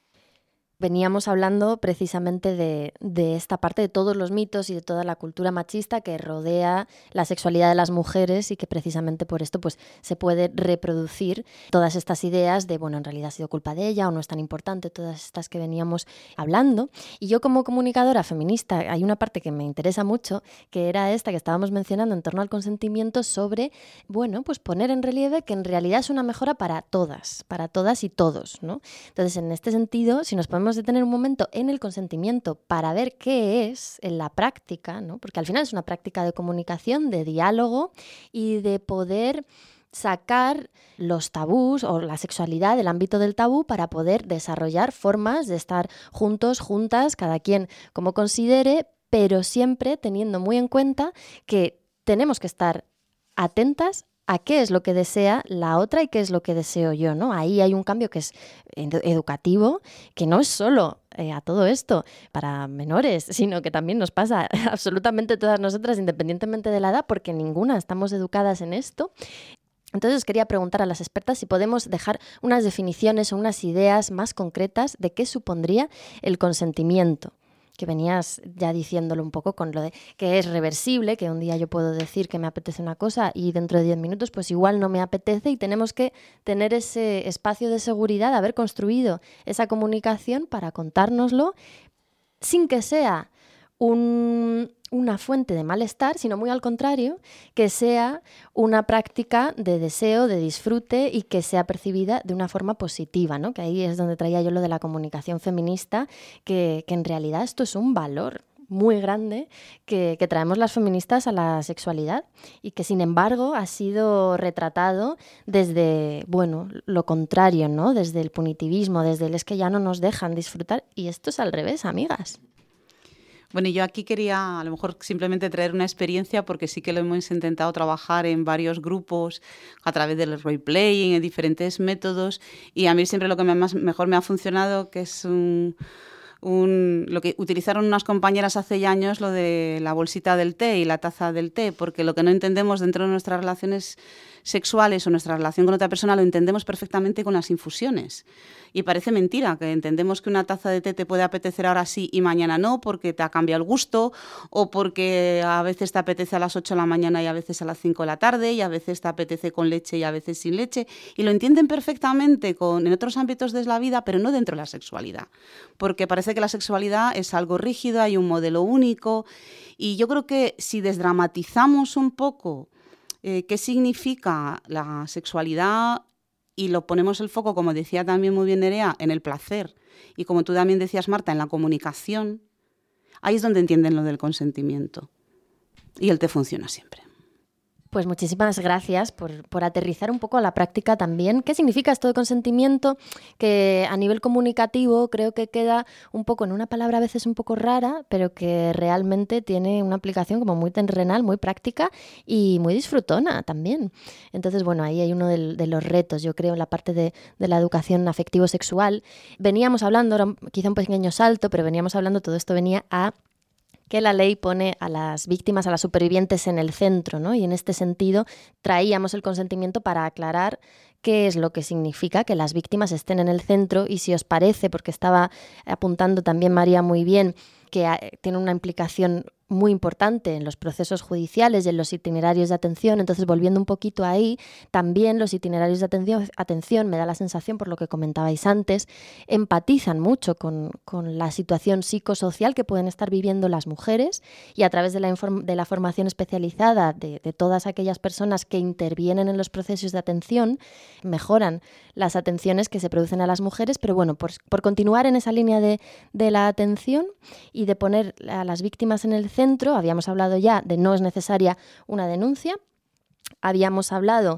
Veníamos hablando precisamente de, de esta parte de todos los mitos y de toda la cultura machista que rodea la sexualidad de las mujeres y que precisamente por esto pues, se puede reproducir todas estas ideas de, bueno, en realidad ha sido culpa de ella o no es tan importante, todas estas que veníamos hablando. Y yo como comunicadora feminista hay una parte que me interesa mucho, que era esta que estábamos mencionando en torno al consentimiento sobre, bueno, pues poner en relieve que en realidad es una mejora para todas, para todas y todos, ¿no? Entonces, en este sentido, si nos podemos detener un momento en el consentimiento para ver qué es en la práctica, ¿no? Porque al final es una práctica de comunicación, de diálogo y de poder sacar los tabús o la sexualidad del ámbito del tabú para poder desarrollar formas de estar juntos, juntas, cada quien como considere, pero siempre teniendo muy en cuenta que tenemos que estar atentas a qué es lo que desea la otra y qué es lo que deseo yo, ¿no? Ahí hay un cambio que es edu- educativo, que no es solo eh, a todo esto para menores, sino que también nos pasa absolutamente todas nosotras, independientemente de la edad, porque ninguna estamos educadas en esto. Entonces os quería preguntar a las expertas si podemos dejar unas definiciones o unas ideas más concretas de qué supondría el consentimiento, que venías ya diciéndolo un poco con lo de que es reversible, que un día yo puedo decir que me apetece una cosa y dentro de diez minutos pues igual no me apetece y tenemos que tener ese espacio de seguridad, haber construido esa comunicación para contárnoslo sin que sea un, una fuente de malestar, sino muy al contrario, que sea una práctica de deseo, de disfrute y que sea percibida de una forma positiva, ¿no? Que ahí es donde traía yo lo de la comunicación feminista, que, que en realidad esto es un valor, muy grande que, que traemos las feministas a la sexualidad y que, sin embargo, ha sido retratado desde, bueno, lo contrario, ¿no? Desde el punitivismo, desde el es que ya no nos dejan disfrutar. Y esto es al revés, amigas. Bueno, yo aquí quería a lo mejor simplemente traer una experiencia porque sí que lo hemos intentado trabajar en varios grupos a través del role-playing, en diferentes métodos, y a mí siempre lo que me más, mejor me ha funcionado, que es un, un, lo que utilizaron unas compañeras hace ya años, lo de la bolsita del té y la taza del té, porque lo que no entendemos dentro de nuestras relaciones sexuales o nuestra relación con otra persona lo entendemos perfectamente con las infusiones. Y parece mentira que entendemos que una taza de té te puede apetecer ahora sí y mañana no, porque te ha cambiado el gusto, o porque a veces te apetece a las ocho de la mañana y a veces a las cinco de la tarde, y a veces te apetece con leche y a veces sin leche. Y lo entienden perfectamente con, en otros ámbitos de la vida, pero no dentro de la sexualidad. Porque parece que la sexualidad es algo rígido, hay un modelo único. Y yo creo que si desdramatizamos un poco eh, qué significa la sexualidad, y lo ponemos el foco, como decía también muy bien Nerea, en el placer, y como tú también decías, Marta, en la comunicación, ahí es donde entienden lo del consentimiento. Y el té funciona siempre. Pues muchísimas gracias por, por aterrizar un poco a la práctica también. ¿Qué significa esto de consentimiento? Que a nivel comunicativo creo que queda un poco en una palabra a veces un poco rara, pero que realmente tiene una aplicación como muy terrenal, muy práctica y muy disfrutona también. Entonces, bueno, ahí hay uno de, de los retos, yo creo, en la parte de, de la educación afectivo-sexual. Veníamos hablando, ahora quizá un pequeño salto, pero veníamos hablando, todo esto venía a que la ley pone a las víctimas, a las supervivientes en el centro, ¿no? Y en este sentido traíamos el consentimiento para aclarar qué es lo que significa que las víctimas estén en el centro y si os parece, porque estaba apuntando también María muy bien, que tiene una implicación muy importante en los procesos judiciales y en los itinerarios de atención. Entonces, volviendo un poquito ahí, también los itinerarios de atención, atención me da la sensación, por lo que comentabais antes, empatizan mucho con, con la situación psicosocial que pueden estar viviendo las mujeres, y a través de la, inform- de la formación especializada de, de todas aquellas personas que intervienen en los procesos de atención, mejoran las atenciones que se producen a las mujeres. Pero bueno, por, por continuar en esa línea de, de la atención y de poner a las víctimas en el centro, habíamos hablado ya de no es necesaria una denuncia, habíamos hablado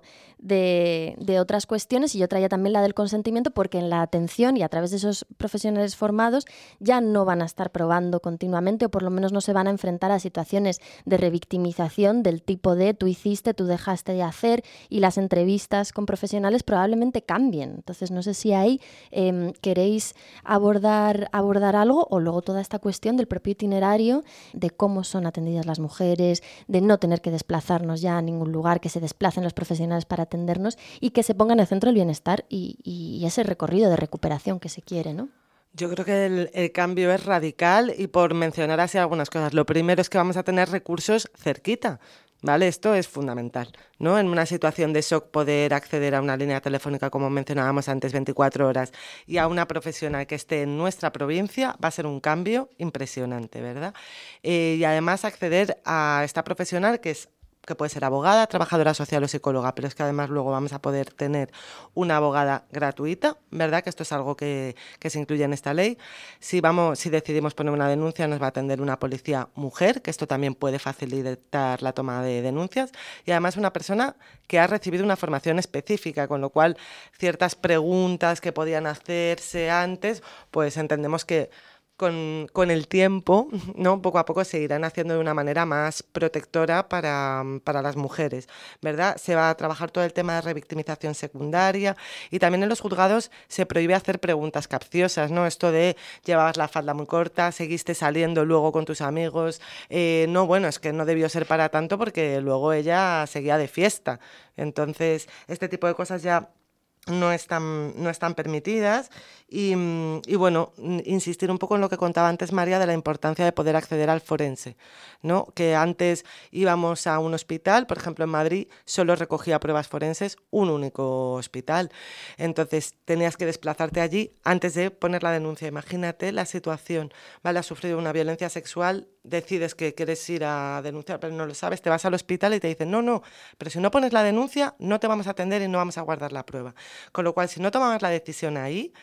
de, de otras cuestiones, y yo traía también la del consentimiento, porque en la atención y a través de esos profesionales formados ya no van a estar probando continuamente, o por lo menos no se van a enfrentar a situaciones de revictimización del tipo de tú hiciste, tú dejaste de hacer, y las entrevistas con profesionales probablemente cambien. Entonces no sé si ahí eh, queréis abordar, abordar algo, o luego toda esta cuestión del propio itinerario, de cómo son atendidas las mujeres, de no tener que desplazarnos ya a ningún lugar, que se desplacen los profesionales para atendernos y que se pongan en el centro el bienestar y, y ese recorrido de recuperación que se quiere, ¿no? Yo creo que el, el cambio es radical, y por mencionar así algunas cosas, lo primero es que vamos a tener recursos cerquita, ¿vale? Esto es fundamental, ¿no? En una situación de shock, poder acceder a una línea telefónica, como mencionábamos antes, veinticuatro horas, y a una profesional que esté en nuestra provincia, va a ser un cambio impresionante, ¿verdad? Eh, y además acceder a esta profesional que es que puede ser abogada, trabajadora social o psicóloga, pero es que además luego vamos a poder tener una abogada gratuita, ¿verdad? Que esto es algo que, que se incluye en esta ley. Si, vamos, si decidimos poner una denuncia, nos va a atender una policía mujer, que esto también puede facilitar la toma de denuncias, y además una persona que ha recibido una formación específica, con lo cual ciertas preguntas que podían hacerse antes, pues entendemos que Con, con el tiempo, ¿no? Poco a poco se irán haciendo de una manera más protectora para, para las mujeres, ¿verdad? Se va a trabajar todo el tema de revictimización secundaria, y también en los juzgados se prohíbe hacer preguntas capciosas, ¿no? Esto de llevabas la falda muy corta, seguiste saliendo luego con tus amigos, eh, no, bueno, es que no debió ser para tanto porque luego ella seguía de fiesta. Entonces, este tipo de cosas ya no están, no están permitidas, y, y bueno, insistir un poco en lo que contaba antes María de la importancia de poder acceder al forense, ¿no? Que antes íbamos a un hospital, por ejemplo en Madrid solo recogía pruebas forenses un único hospital, entonces tenías que desplazarte allí antes de poner la denuncia. Imagínate la situación, ¿vale? Has sufrido una violencia sexual, decides que quieres ir a denunciar, pero no lo sabes, te vas al hospital y te dicen no, no, pero si no pones la denuncia no te vamos a atender y no vamos a guardar la prueba. Con lo cual, si no tomamos la decisión ahí,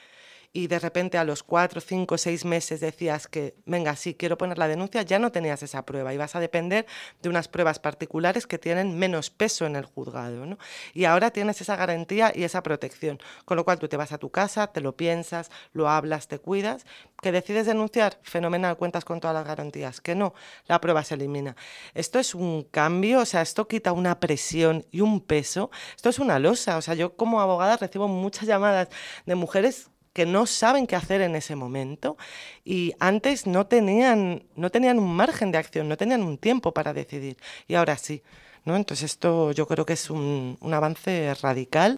y de repente a los cuatro, cinco, seis meses decías que, venga, sí, quiero poner la denuncia, ya no tenías esa prueba y vas a depender de unas pruebas particulares que tienen menos peso en el juzgado, ¿no? Y ahora tienes esa garantía y esa protección, con lo cual tú te vas a tu casa, te lo piensas, lo hablas, te cuidas, que decides denunciar, fenomenal, cuentas con todas las garantías, que no, la prueba se elimina. Esto es un cambio, o sea, esto quita una presión y un peso, esto es una losa, o sea, yo como abogada recibo muchas llamadas de mujeres que no saben qué hacer en ese momento y antes no tenían, no tenían un margen de acción, no tenían un tiempo para decidir y ahora sí, ¿no? Entonces esto yo creo que es un, un avance radical.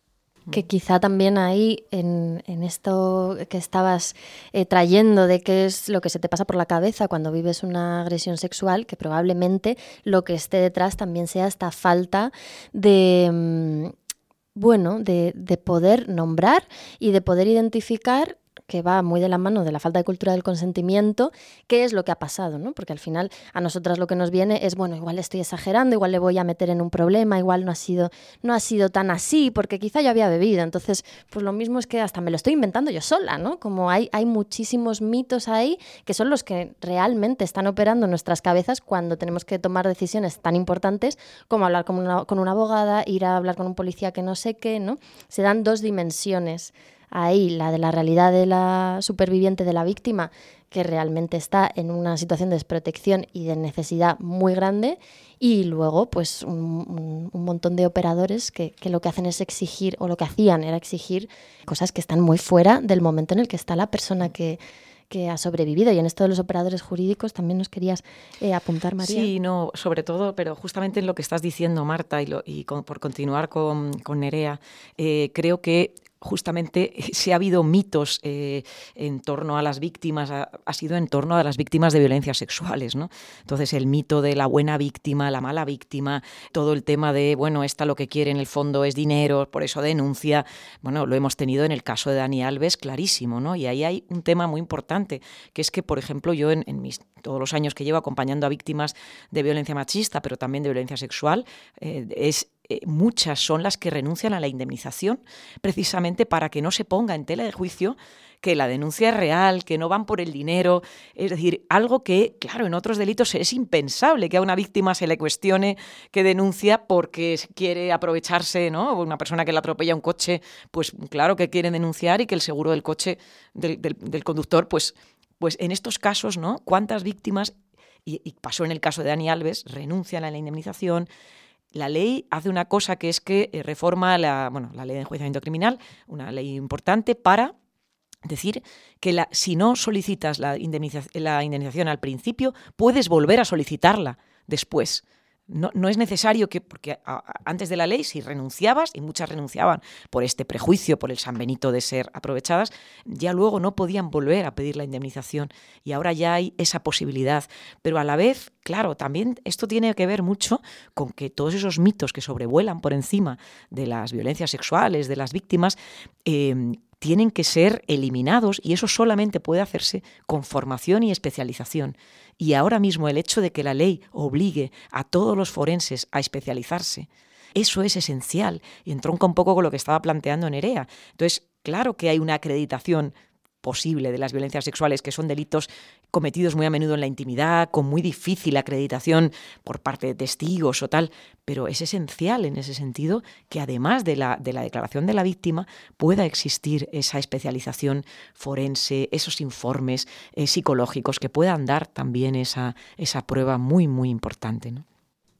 Que quizá también ahí, en, en esto que estabas eh, trayendo de qué es lo que se te pasa por la cabeza cuando vives una agresión sexual, que probablemente lo que esté detrás también sea esta falta de, mmm, bueno, de, de poder nombrar y de poder identificar, que va muy de la mano de la falta de cultura del consentimiento, qué es lo que ha pasado, ¿no? Porque al final a nosotras lo que nos viene es, bueno, igual estoy exagerando, igual le voy a meter en un problema, igual no ha sido, no ha sido tan así, porque quizá yo había bebido. Entonces, pues lo mismo es que hasta me lo estoy inventando yo sola, ¿no? Como hay, hay muchísimos mitos ahí que son los que realmente están operando en nuestras cabezas cuando tenemos que tomar decisiones tan importantes como hablar con una, con una abogada, ir a hablar con un policía que no sé qué, ¿no? Se dan dos dimensiones ahí, la de la realidad de la superviviente, de la víctima, que realmente está en una situación de desprotección y de necesidad muy grande, y luego pues un, un, un montón de operadores que, que lo que hacen es exigir, o lo que hacían era exigir cosas que están muy fuera del momento en el que está la persona que que ha sobrevivido. Y en esto de los operadores jurídicos también nos querías eh, apuntar, María. Sí, no, sobre todo, pero justamente en lo que estás diciendo, Marta, y, lo, y con, por continuar con, con Nerea, eh, creo que justamente si ha habido mitos eh, en torno a las víctimas, ha, ha sido en torno a las víctimas de violencias sexuales, ¿no? Entonces el mito de la buena víctima, la mala víctima, todo el tema de, bueno, esta lo que quiere en el fondo es dinero, por eso denuncia, bueno, lo hemos tenido en el caso de Dani Alves clarísimo, ¿no? Y ahí hay un tema muy importante, que es que, por ejemplo, yo en, en mis todos los años que llevo acompañando a víctimas de violencia machista, pero también de violencia sexual, eh, es Eh, muchas son las que renuncian a la indemnización precisamente para que no se ponga en tela de juicio que la denuncia es real, que no van por el dinero, es decir, algo que, claro, en otros delitos es impensable que a una víctima se le cuestione que denuncia porque quiere aprovecharse, ¿no? Una persona que le atropella un coche, pues claro que quiere denunciar y que el seguro del coche del, del, del conductor, pues, pues en estos casos, ¿no? ¿Cuántas víctimas, y, y pasó en el caso de Dani Alves, renuncian a la indemnización? La ley hace una cosa que es que reforma la, bueno, la ley de enjuiciamiento criminal, una ley importante para decir que la, si no solicitas la, indemniza, la indemnización al principio, puedes volver a solicitarla después. No, no es necesario que, porque a, a, antes de la ley, si renunciabas, y muchas renunciaban por este prejuicio, por el San Benito de ser aprovechadas, ya luego no podían volver a pedir la indemnización. Y ahora ya hay esa posibilidad. Pero a la vez, claro, también esto tiene que ver mucho con que todos esos mitos que sobrevuelan por encima de las violencias sexuales, de las víctimas, eh, tienen que ser eliminados, y eso solamente puede hacerse con formación y especialización. Y ahora mismo el hecho de que la ley obligue a todos los forenses a especializarse, eso es esencial y entronca un poco con lo que estaba planteando Nerea. Entonces, claro que hay una acreditación posible de las violencias sexuales, que son delitos cometidos muy a menudo en la intimidad, con muy difícil acreditación por parte de testigos o tal, pero es esencial en ese sentido que además de la, de la declaración de la víctima pueda existir esa especialización forense, esos informes eh, psicológicos que puedan dar también esa, esa prueba muy, muy importante, ¿no?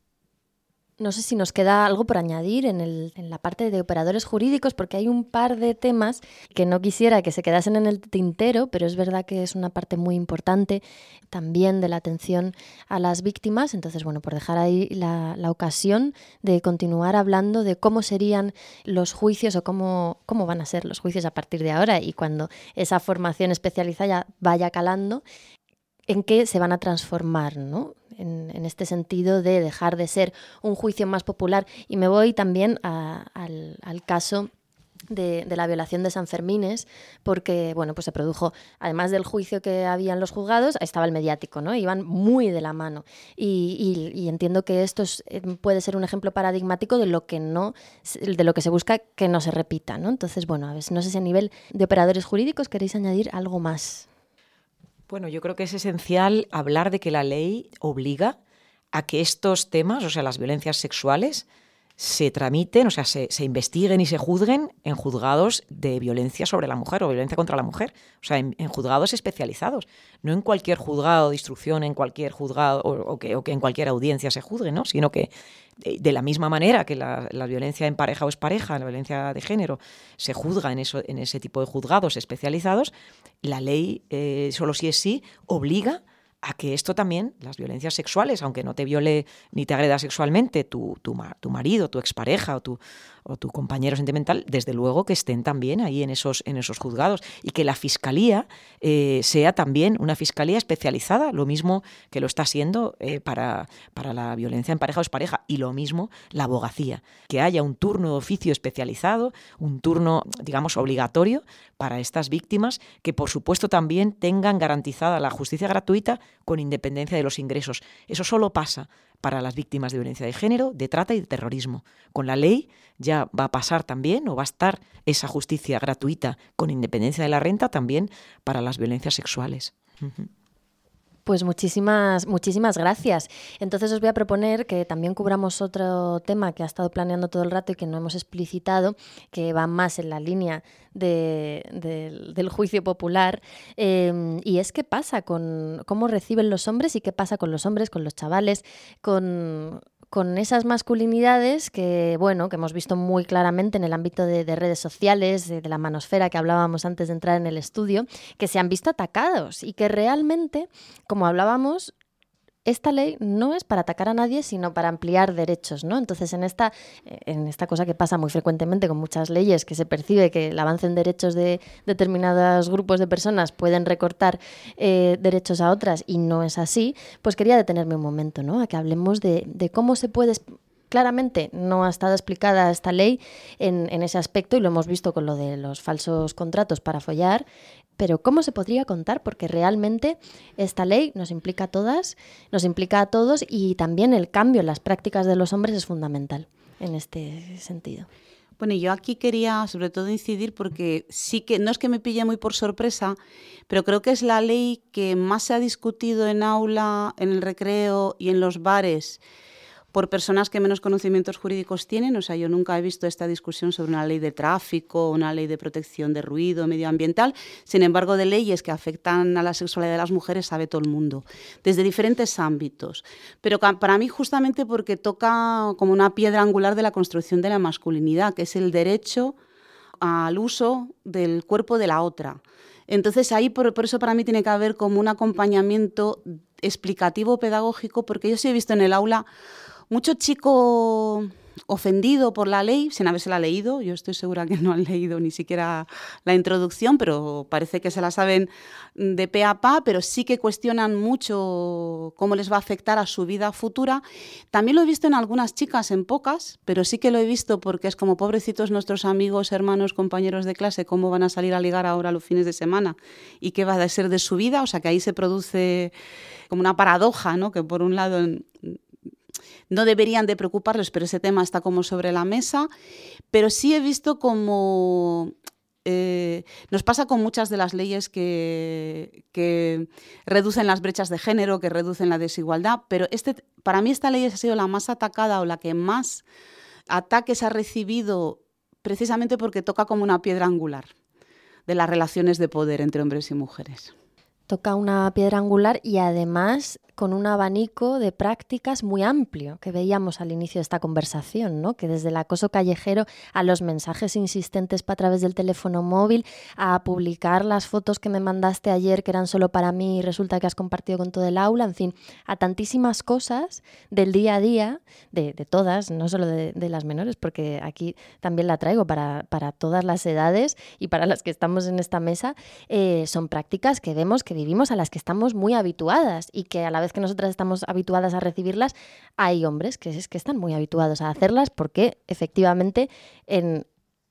No sé si nos queda algo por añadir en, el, en la parte de operadores jurídicos, porque hay un par de temas que no quisiera que se quedasen en el tintero, pero es verdad que es una parte muy importante también de la atención a las víctimas. Entonces, bueno, por dejar ahí la, la ocasión de continuar hablando de cómo serían los juicios o cómo, cómo van a ser los juicios a partir de ahora, y cuando esa formación especializada vaya calando, en qué se van a transformar, ¿no? En, en este sentido de dejar de ser un juicio más popular. Y me voy también a, al, al caso de, de la violación de San Fermines, porque bueno, pues se produjo, además del juicio que había en los juzgados, estaba el mediático, ¿no? Iban muy de la mano. Y, y, y entiendo que esto es, puede ser un ejemplo paradigmático de lo que no, de lo que se busca que no se repita, ¿no? Entonces, bueno, a ver, no sé si a nivel de operadores jurídicos queréis añadir algo más. Bueno, yo creo que es esencial hablar de que la ley obliga a que estos temas, o sea, las violencias sexuales, se tramiten, o sea, se, se investiguen y se juzguen en juzgados de violencia sobre la mujer o violencia contra la mujer, o sea, en, en juzgados especializados, no en cualquier juzgado de instrucción, en cualquier juzgado o, o, que, o que en cualquier audiencia se juzgue, ¿no? Sino que de, de la misma manera que la, la violencia en pareja o expareja, la violencia de género, se juzga en, eso, en ese tipo de juzgados especializados, la ley, eh, solo si es sí, obliga a que esto también, las violencias sexuales, aunque no te viole ni te agreda sexualmente tu, tu, tu marido, tu expareja o tu, o tu compañero sentimental, desde luego que estén también ahí en esos, en esos juzgados y que la fiscalía eh, sea también una fiscalía especializada, lo mismo que lo está siendo eh, para, para la violencia en pareja o expareja, y lo mismo la abogacía, que haya un turno de oficio especializado, un turno, digamos, obligatorio para estas víctimas, que por supuesto también tengan garantizada la justicia gratuita con independencia de los ingresos. Eso solo pasa para las víctimas de violencia de género, de trata y de terrorismo. Con la ley ya va a pasar también, o va a estar esa justicia gratuita con independencia de la renta también para las violencias sexuales. Uh-huh. Pues muchísimas, muchísimas gracias. Entonces os voy a proponer que también cubramos otro tema que ha estado planeando todo el rato y que no hemos explicitado, que va más en la línea de, de, del juicio popular, eh, y es qué pasa con cómo reciben los hombres y qué pasa con los hombres, con los chavales, con... con esas masculinidades que, bueno, que hemos visto muy claramente en el ámbito de, de redes sociales, de, de la manosfera que hablábamos antes de entrar en el estudio, que se han visto atacados y que realmente, como hablábamos, esta ley no es para atacar a nadie, sino para ampliar derechos, ¿no? Entonces, en esta, en esta cosa que pasa muy frecuentemente con muchas leyes, que se percibe que el avance en derechos de determinados grupos de personas pueden recortar eh, derechos a otras, y no es así, pues quería detenerme un momento, ¿no? A que hablemos de, de cómo se puede... Claramente no ha estado explicada esta ley en, en ese aspecto, y lo hemos visto con lo de los falsos contratos para follar, pero ¿cómo se podría contar? Porque realmente esta ley nos implica a todas, nos implica a todos, y también el cambio en las prácticas de los hombres es fundamental en este sentido. Bueno, yo aquí quería sobre todo incidir porque sí que, no es que me pille muy por sorpresa, pero creo que es la ley que más se ha discutido en aula, en el recreo y en los bares por personas que menos conocimientos jurídicos tienen. O sea, yo nunca he visto esta discusión sobre una ley de tráfico, una ley de protección de ruido medioambiental. Sin embargo, de leyes que afectan a la sexualidad de las mujeres sabe todo el mundo, desde diferentes ámbitos. Pero para mí, justamente porque toca como una piedra angular de la construcción de la masculinidad, que es el derecho al uso del cuerpo de la otra. Entonces, ahí por, por eso para mí tiene que haber como un acompañamiento explicativo, pedagógico, porque yo sí he visto en el aula mucho chico ofendido por la ley, sin habérsela leído. Yo estoy segura que no han leído ni siquiera la introducción, pero parece que se la saben de pe a pa, pero sí que cuestionan mucho cómo les va a afectar a su vida futura. También lo he visto en algunas chicas, en pocas, pero sí que lo he visto porque es como pobrecitos nuestros amigos, hermanos, compañeros de clase, cómo van a salir a ligar ahora los fines de semana y qué va a ser de su vida. O sea, que ahí se produce como una paradoja, ¿no? Que por un lado no deberían de preocuparlos, pero ese tema está como sobre la mesa. Pero sí he visto como... Eh, nos pasa con muchas de las leyes que, que reducen las brechas de género, que reducen la desigualdad, pero este, para mí esta ley ha sido la más atacada o la que más ataques ha recibido, precisamente porque toca como una piedra angular de las relaciones de poder entre hombres y mujeres. Toca una piedra angular y además con un abanico de prácticas muy amplio que veíamos al inicio de esta conversación, ¿no? Que desde el acoso callejero a los mensajes insistentes a través del teléfono móvil, a publicar las fotos que me mandaste ayer que eran solo para mí y resulta que has compartido con todo el aula, en fin, a tantísimas cosas del día a día, de, de todas, no solo de, de las menores, porque aquí también la traigo para, para todas las edades y para las que estamos en esta mesa, eh, son prácticas que vemos, que vivimos, a las que estamos muy habituadas y que a la vez que nosotras estamos habituadas a recibirlas, hay hombres que, es, que están muy habituados a hacerlas porque efectivamente en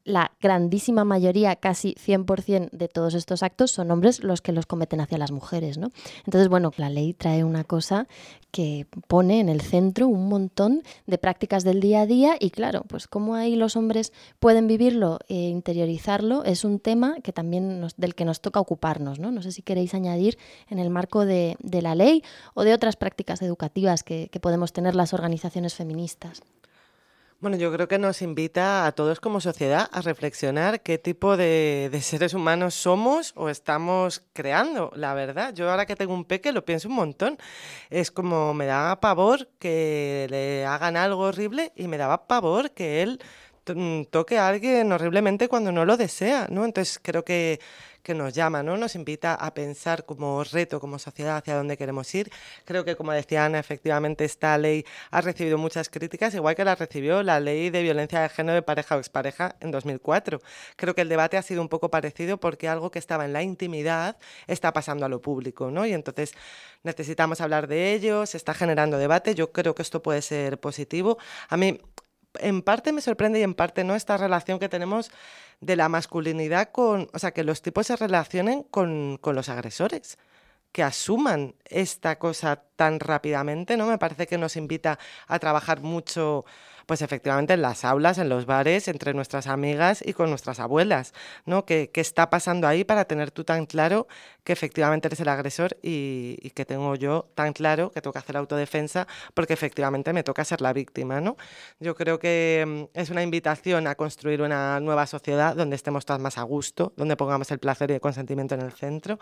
la grandísima mayoría, casi cien por ciento de todos estos actos son hombres los que los cometen hacia las mujeres, ¿no? Entonces, bueno, la ley trae una cosa que pone en el centro un montón de prácticas del día a día y claro, pues cómo ahí los hombres pueden vivirlo e interiorizarlo es un tema que también nos, del que nos toca ocuparnos, ¿no? No sé si queréis añadir en el marco de, de la ley o de otras prácticas educativas que, que podemos tener las organizaciones feministas. Bueno, yo creo que nos invita a todos como sociedad a reflexionar qué tipo de, de seres humanos somos o estamos creando, la verdad. Yo ahora que tengo un peque lo pienso un montón. Es como me da pavor que le hagan algo horrible y me daba pavor que él toque a alguien horriblemente cuando no lo desea, ¿no? Entonces creo que, que nos llama, ¿no? Nos invita a pensar como reto, como sociedad, hacia dónde queremos ir. Creo que, como decía Ana, efectivamente esta ley ha recibido muchas críticas, igual que la recibió la ley de violencia de género de pareja o expareja en dos mil cuatro. Creo que el debate ha sido un poco parecido porque algo que estaba en la intimidad está pasando a lo público, ¿no? Y entonces necesitamos hablar de ello, se está generando debate. Yo creo que esto puede ser positivo. A mí en parte me sorprende y en parte no esta relación que tenemos de la masculinidad con, o sea, que los tipos se relacionen con, con los agresores, que asuman esta cosa tan rápidamente, ¿no? Me parece que nos invita a trabajar mucho, pues efectivamente en las aulas, en los bares, entre nuestras amigas y con nuestras abuelas, ¿no? ¿Qué, qué está pasando ahí para tener tú tan claro que efectivamente eres el agresor y, y que tengo yo tan claro que tengo que hacer autodefensa porque efectivamente me toca ser la víctima, ¿no? Yo creo que es una invitación a construir una nueva sociedad donde estemos todas más a gusto, donde pongamos el placer y el consentimiento en el centro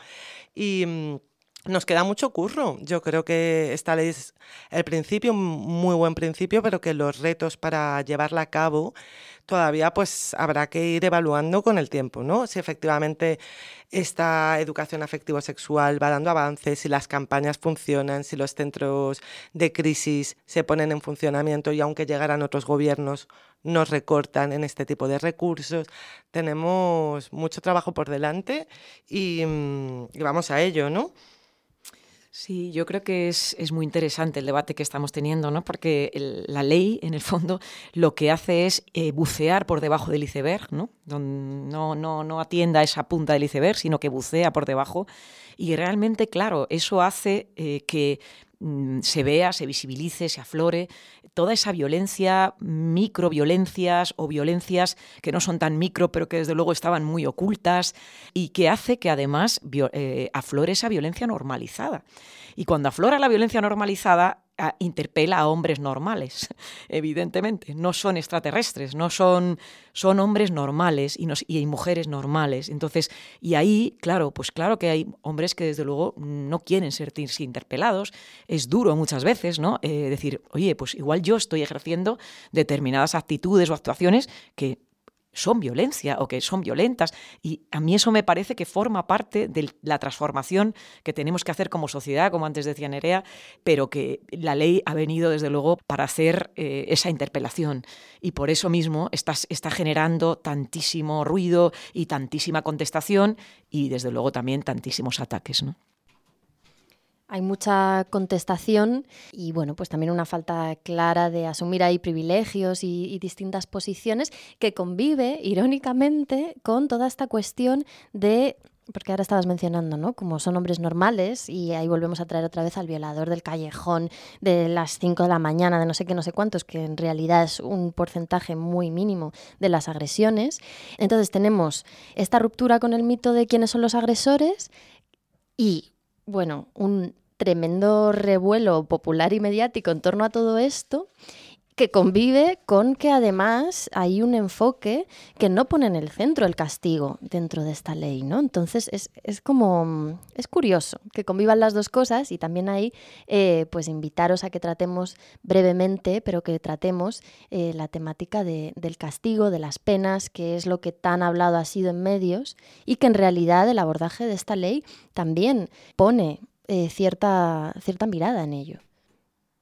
y nos queda mucho curro. Yo creo que esta ley es el principio, un muy buen principio, pero que los retos para llevarla a cabo todavía pues habrá que ir evaluando con el tiempo, ¿no? Si efectivamente esta educación afectivo-sexual va dando avances, si las campañas funcionan, si los centros de crisis se ponen en funcionamiento y aunque llegaran otros gobiernos nos recortan en este tipo de recursos. Tenemos mucho trabajo por delante y, y vamos a ello, ¿no? Sí, yo creo que es, es muy interesante el debate que estamos teniendo, ¿no? Porque el, la ley, en el fondo, lo que hace es eh, bucear por debajo del iceberg, ¿no? No, no, no atienda a esa punta del iceberg, sino que bucea por debajo. Y realmente, claro, eso hace eh, que mm, se vea, se visibilice, se aflore toda esa violencia, microviolencias o violencias que no son tan micro, pero que desde luego estaban muy ocultas y que hace que además eh, aflore esa violencia normalizada. Y cuando aflora la violencia normalizada, a, interpela a hombres normales, evidentemente. No son extraterrestres, no son, son hombres normales y, nos, y hay mujeres normales. Entonces, y ahí, claro, pues claro que hay hombres que desde luego no quieren sentirse interpelados. Es duro muchas veces, ¿no? Eh, decir, oye, pues igual yo estoy ejerciendo determinadas actitudes o actuaciones que son violencia o que son violentas y a mí eso me parece que forma parte de la transformación que tenemos que hacer como sociedad, como antes decía Nerea, pero que la ley ha venido desde luego para hacer eh, esa interpelación y por eso mismo está, está generando tantísimo ruido y tantísima contestación y desde luego también tantísimos ataques, ¿no? Hay mucha contestación y bueno, pues también una falta clara de asumir ahí privilegios y, y distintas posiciones que convive, irónicamente, con toda esta cuestión de, porque ahora estabas mencionando, ¿no? Como son hombres normales y ahí volvemos a traer otra vez al violador del callejón de las cinco de la mañana, de no sé qué, no sé cuántos, que en realidad es un porcentaje muy mínimo de las agresiones. Entonces tenemos esta ruptura con el mito de quiénes son los agresores y bueno, un tremendo revuelo popular y mediático en torno a todo esto que convive con que además hay un enfoque que no pone en el centro el castigo dentro de esta ley, ¿no? Entonces es, es como, es curioso que convivan las dos cosas y también ahí eh, pues invitaros a que tratemos brevemente, pero que tratemos eh, la temática de, del castigo, de las penas, que es lo que tan hablado ha sido en medios y que en realidad el abordaje de esta ley también pone eh, cierta, cierta mirada en ello.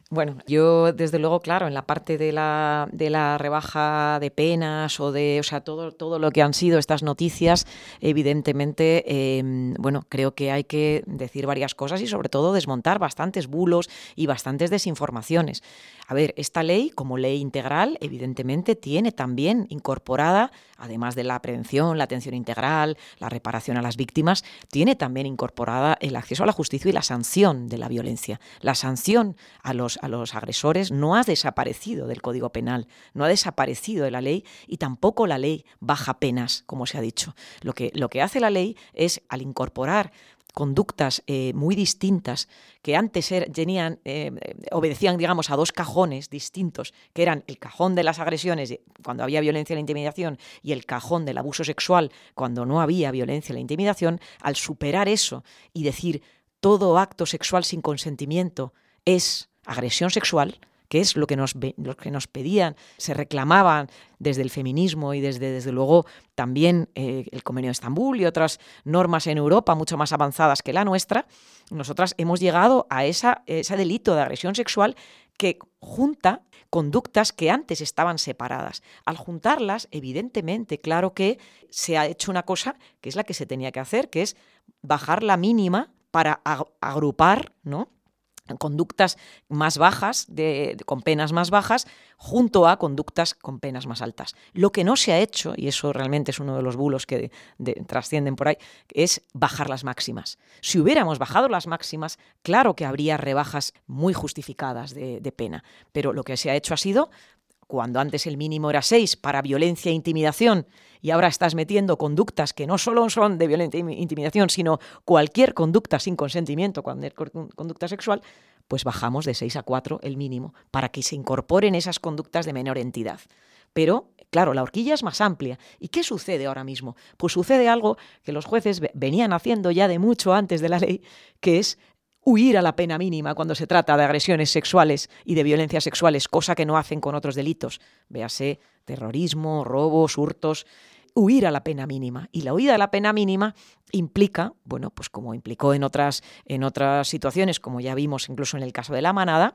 Bueno, yo desde luego, claro, en la parte de la, de la rebaja de penas o de, o sea, todo, todo lo que han sido estas noticias, evidentemente, eh, bueno, creo que hay que decir varias cosas y sobre todo desmontar bastantes bulos y bastantes desinformaciones. A ver, esta ley, como ley integral, evidentemente tiene también incorporada, además de la prevención, la atención integral, la reparación a las víctimas, tiene también incorporada el acceso a la justicia y la sanción de la violencia. La sanción a los, a los agresores no ha desaparecido del Código Penal, no ha desaparecido de la ley y tampoco la ley baja penas, como se ha dicho. Lo que, lo que hace la ley es, al incorporar conductas eh, muy distintas que antes er, tenían, eh, obedecían, digamos, a dos cajones distintos, que eran el cajón de las agresiones cuando había violencia y la intimidación y el cajón del abuso sexual cuando no había violencia y la intimidación. Al superar eso y decir todo acto sexual sin consentimiento es agresión sexual, que es lo que nos, lo que nos pedían, se reclamaban desde el feminismo y desde, desde luego también eh, el Convenio de Estambul y otras normas en Europa mucho más avanzadas que la nuestra, nosotras hemos llegado a esa, ese delito de agresión sexual que junta conductas que antes estaban separadas. Al juntarlas, evidentemente, claro que se ha hecho una cosa que es la que se tenía que hacer, que es bajar la mínima para ag- agrupar, ¿no?, conductas más bajas, de, de, con penas más bajas, junto a conductas con penas más altas. Lo que no se ha hecho, y eso realmente es uno de los bulos que de, de, trascienden por ahí, es bajar las máximas. Si hubiéramos bajado las máximas, claro que habría rebajas muy justificadas de, de pena, pero lo que se ha hecho ha sido, cuando antes el mínimo era seis para violencia e intimidación, y ahora estás metiendo conductas que no solo son de violencia e intimidación, sino cualquier conducta sin consentimiento, cualquier conducta sexual, pues bajamos de seis a cuatro el mínimo para que se incorporen esas conductas de menor entidad. Pero, claro, la horquilla es más amplia. ¿Y qué sucede ahora mismo? Pues sucede algo que los jueces venían haciendo ya de mucho antes de la ley, que es huir a la pena mínima cuando se trata de agresiones sexuales y de violencias sexuales, cosa que no hacen con otros delitos. Véase terrorismo, robos, hurtos. Huir a la pena mínima. Y la huida a la pena mínima implica, bueno, pues como implicó en otras, en otras situaciones, como ya vimos incluso en el caso de La Manada,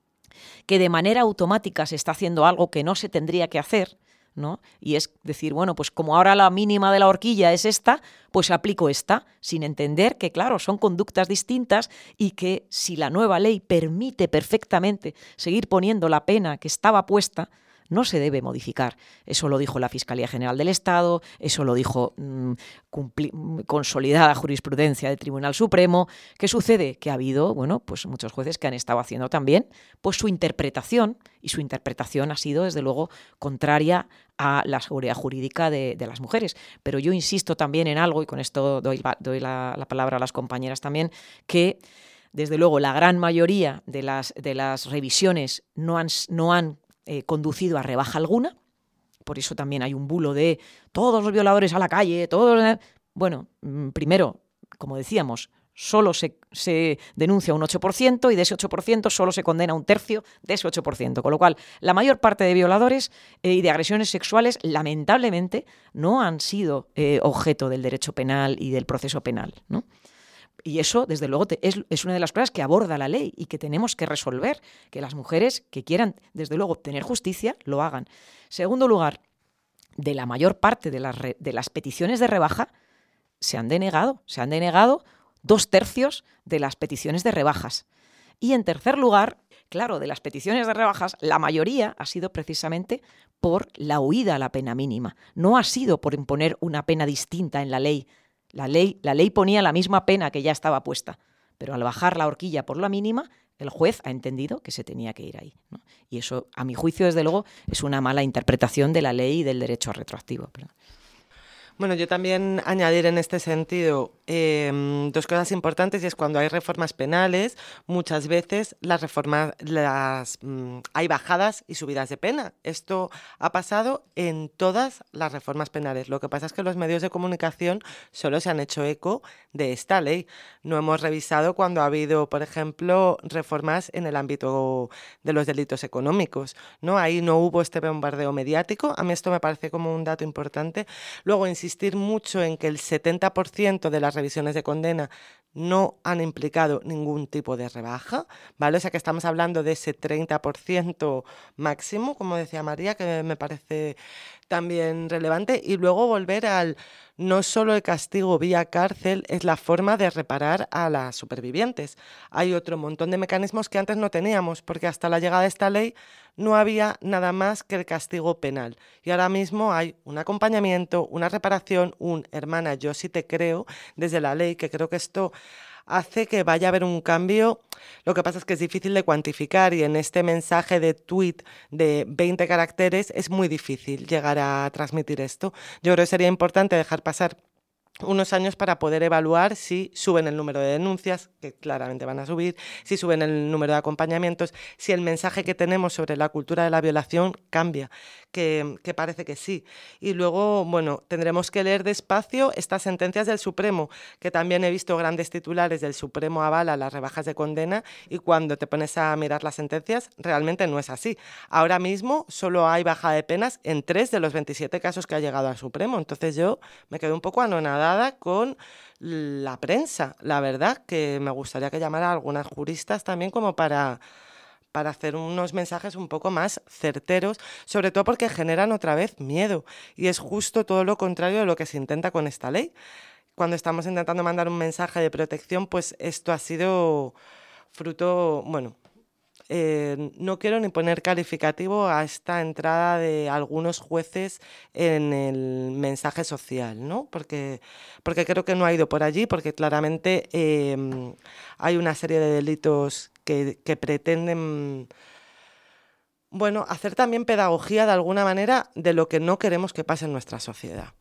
que de manera automática se está haciendo algo que no se tendría que hacer, ¿no? Y es decir, bueno, pues como ahora la mínima de la horquilla es esta, pues aplico esta, sin entender que, claro, son conductas distintas y que si la nueva ley permite perfectamente seguir poniendo la pena que estaba puesta, no se debe modificar. Eso lo dijo la Fiscalía General del Estado, eso lo dijo mmm, cumpli- consolidada jurisprudencia del Tribunal Supremo. ¿Qué sucede? Que ha habido, bueno, pues muchos jueces que han estado haciendo también pues su interpretación, y su interpretación ha sido, desde luego, contraria a la seguridad jurídica de, de las mujeres. Pero yo insisto también en algo, y con esto doy, doy la, la palabra a las compañeras también, que desde luego la gran mayoría de las, de las revisiones no han, no han Eh, conducido a rebaja alguna. Por eso también hay un bulo de todos los violadores a la calle, todos. Bueno, primero, como decíamos, solo se, se denuncia un ocho por ciento y de ese ocho por ciento solo se condena un tercio de ese ocho por ciento, con lo cual la mayor parte de violadores eh, y de agresiones sexuales lamentablemente no han sido eh, objeto del derecho penal y del proceso penal, ¿no? Y eso, desde luego, te, es, es una de las cosas que aborda la ley y que tenemos que resolver, que las mujeres que quieran, desde luego, obtener justicia, lo hagan. Segundo lugar, de la mayor parte de las, re, de las peticiones de rebaja se han denegado, se han denegado dos tercios de las peticiones de rebajas. Y en tercer lugar, claro, de las peticiones de rebajas, la mayoría ha sido precisamente por la huida a la pena mínima. No ha sido por imponer una pena distinta en la ley. La ley, la ley ponía la misma pena que ya estaba puesta, pero al bajar la horquilla por la mínima, el juez ha entendido que se tenía que ir ahí, ¿no? Y eso, a mi juicio, desde luego, es una mala interpretación de la ley y del derecho retroactivo. Perdón. Bueno, yo también añadir en este sentido eh, dos cosas importantes, y es cuando hay reformas penales, muchas veces las reformas, las mmm, hay bajadas y subidas de pena. Esto ha pasado en todas las reformas penales. Lo que pasa es que los medios de comunicación solo se han hecho eco de esta ley. No hemos revisado cuando ha habido, por ejemplo, reformas en el ámbito de los delitos económicos, ¿no? Ahí no hubo este bombardeo mediático. A mí esto me parece como un dato importante. Luego, insistir mucho en que el setenta por ciento de las las revisiones de condena no han implicado ningún tipo de rebaja, ¿vale? O sea que estamos hablando de ese treinta por ciento máximo, como decía María, que me parece también relevante. Y luego volver al no solo el castigo vía cárcel es la forma de reparar a las supervivientes. Hay otro montón de mecanismos que antes no teníamos, porque hasta la llegada de esta ley no había nada más que el castigo penal. Y ahora mismo hay un acompañamiento, una reparación, un hermana, yo sí te creo, desde la ley, que creo que esto hace que vaya a haber un cambio. Lo que pasa es que es difícil de cuantificar y en este mensaje de tweet de veinte caracteres es muy difícil llegar a transmitir esto. Yo creo que sería importante dejar pasar unos años para poder evaluar si suben el número de denuncias, que claramente van a subir, si suben el número de acompañamientos, si el mensaje que tenemos sobre la cultura de la violación cambia, que, que parece que sí. Y luego, bueno, tendremos que leer despacio estas sentencias del Supremo, que también he visto grandes titulares del Supremo avala las rebajas de condena y cuando te pones a mirar las sentencias, realmente no es así. Ahora mismo solo hay bajada de penas en tres de los veintisiete casos que ha llegado al Supremo, entonces yo me quedo un poco anonadada con la prensa, la verdad, que me gustaría que llamara a algunas juristas también como para, para hacer unos mensajes un poco más certeros, sobre todo porque generan otra vez miedo, y es justo todo lo contrario de lo que se intenta con esta ley. Cuando estamos intentando mandar un mensaje de protección, pues esto ha sido fruto, bueno, Eh, no quiero ni poner calificativo a esta entrada de algunos jueces en el mensaje social, ¿no? Porque, porque creo que no ha ido por allí, porque claramente eh, hay una serie de delitos que, que pretenden, bueno, hacer también pedagogía de alguna manera de lo que no queremos que pase en nuestra sociedad.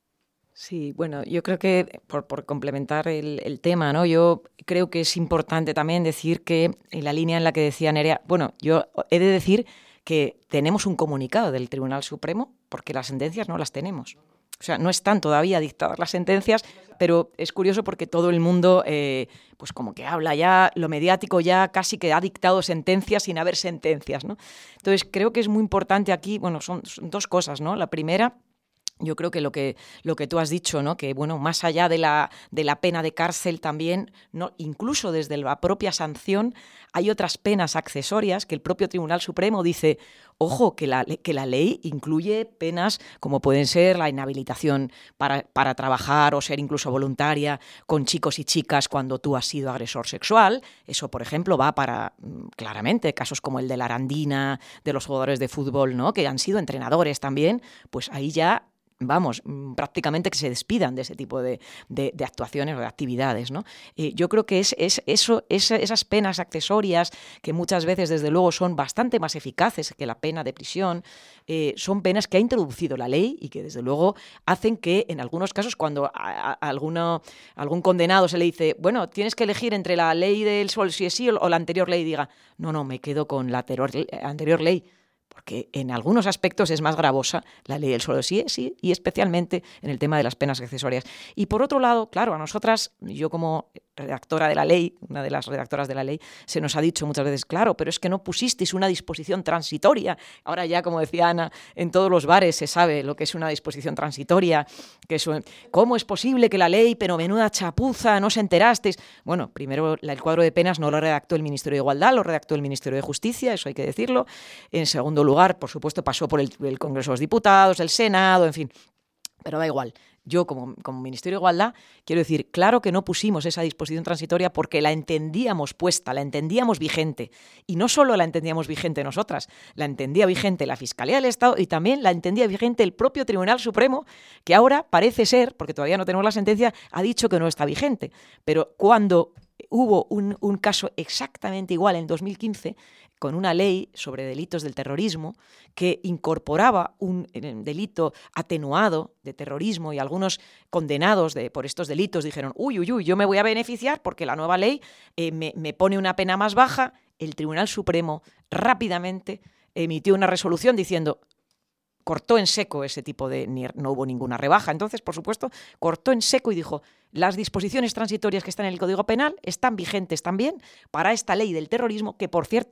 Sí, bueno, yo creo que, por, por complementar el, el tema, ¿no? Yo creo que es importante también decir que, en la línea en la que decía Nerea, bueno, yo he de decir que tenemos un comunicado del Tribunal Supremo porque las sentencias no las tenemos. O sea, no están todavía dictadas las sentencias, pero es curioso porque todo el mundo, eh, pues como que habla ya, lo mediático ya casi que ha dictado sentencias sin haber sentencias, ¿no? Entonces, creo que es muy importante aquí, bueno, son, son dos cosas, ¿no? La primera, yo creo que lo que lo que tú has dicho, ¿no? Que bueno, más allá de la de la pena de cárcel también, no, incluso desde la propia sanción hay otras penas accesorias que el propio Tribunal Supremo dice, ojo, que la que la ley incluye penas como pueden ser la inhabilitación para para trabajar o ser incluso voluntaria con chicos y chicas cuando tú has sido agresor sexual. Eso, por ejemplo, va para claramente casos como el de la Arandina, de los jugadores de fútbol, ¿no? Que han sido entrenadores también, pues ahí ya vamos, prácticamente que se despidan de ese tipo de, de, de actuaciones o de actividades, ¿no? Eh, yo creo que es, es eso, es, esas penas accesorias, que muchas veces, desde luego, son bastante más eficaces que la pena de prisión, eh, son penas que ha introducido la ley y que, desde luego, hacen que, en algunos casos, cuando a, a, a alguno, algún condenado se le dice, bueno, tienes que elegir entre la ley del solo sí es sí o la anterior ley, diga, no, no, me quedo con la anterior, anterior ley, porque en algunos aspectos es más gravosa la ley del solo sí es sí y especialmente en el tema de las penas accesorias. Y por otro lado, claro, a nosotras, yo como redactora de la ley, una de las redactoras de la ley, se nos ha dicho muchas veces, claro, pero es que no pusisteis una disposición transitoria. Ahora ya, como decía Ana, en todos los bares se sabe lo que es una disposición transitoria, que es, ¿cómo es posible que la ley, pero menuda chapuza, no os enterasteis? Bueno, primero el cuadro de penas no lo redactó el Ministerio de Igualdad, lo redactó el Ministerio de Justicia, eso hay que decirlo. En segundo lugar, por supuesto, pasó por el, el Congreso de los Diputados, el Senado, en fin, pero da igual. Yo, como, como Ministerio de Igualdad, quiero decir, claro que no pusimos esa disposición transitoria porque la entendíamos puesta, la entendíamos vigente. Y no solo la entendíamos vigente nosotras, la entendía vigente la Fiscalía del Estado y también la entendía vigente el propio Tribunal Supremo, que ahora parece ser, porque todavía no tenemos la sentencia, ha dicho que no está vigente. Pero cuando hubo un, un caso exactamente igual en dos mil quince, con una ley sobre delitos del terrorismo que incorporaba un delito atenuado de terrorismo y algunos condenados de, por estos delitos dijeron, uy, uy, uy, yo me voy a beneficiar porque la nueva ley eh, me, me pone una pena más baja. El Tribunal Supremo rápidamente emitió una resolución diciendo, cortó en seco ese tipo de, no hubo ninguna rebaja. Entonces, por supuesto, cortó en seco y dijo, las disposiciones transitorias que están en el Código Penal están vigentes también para esta ley del terrorismo, que, por cierto,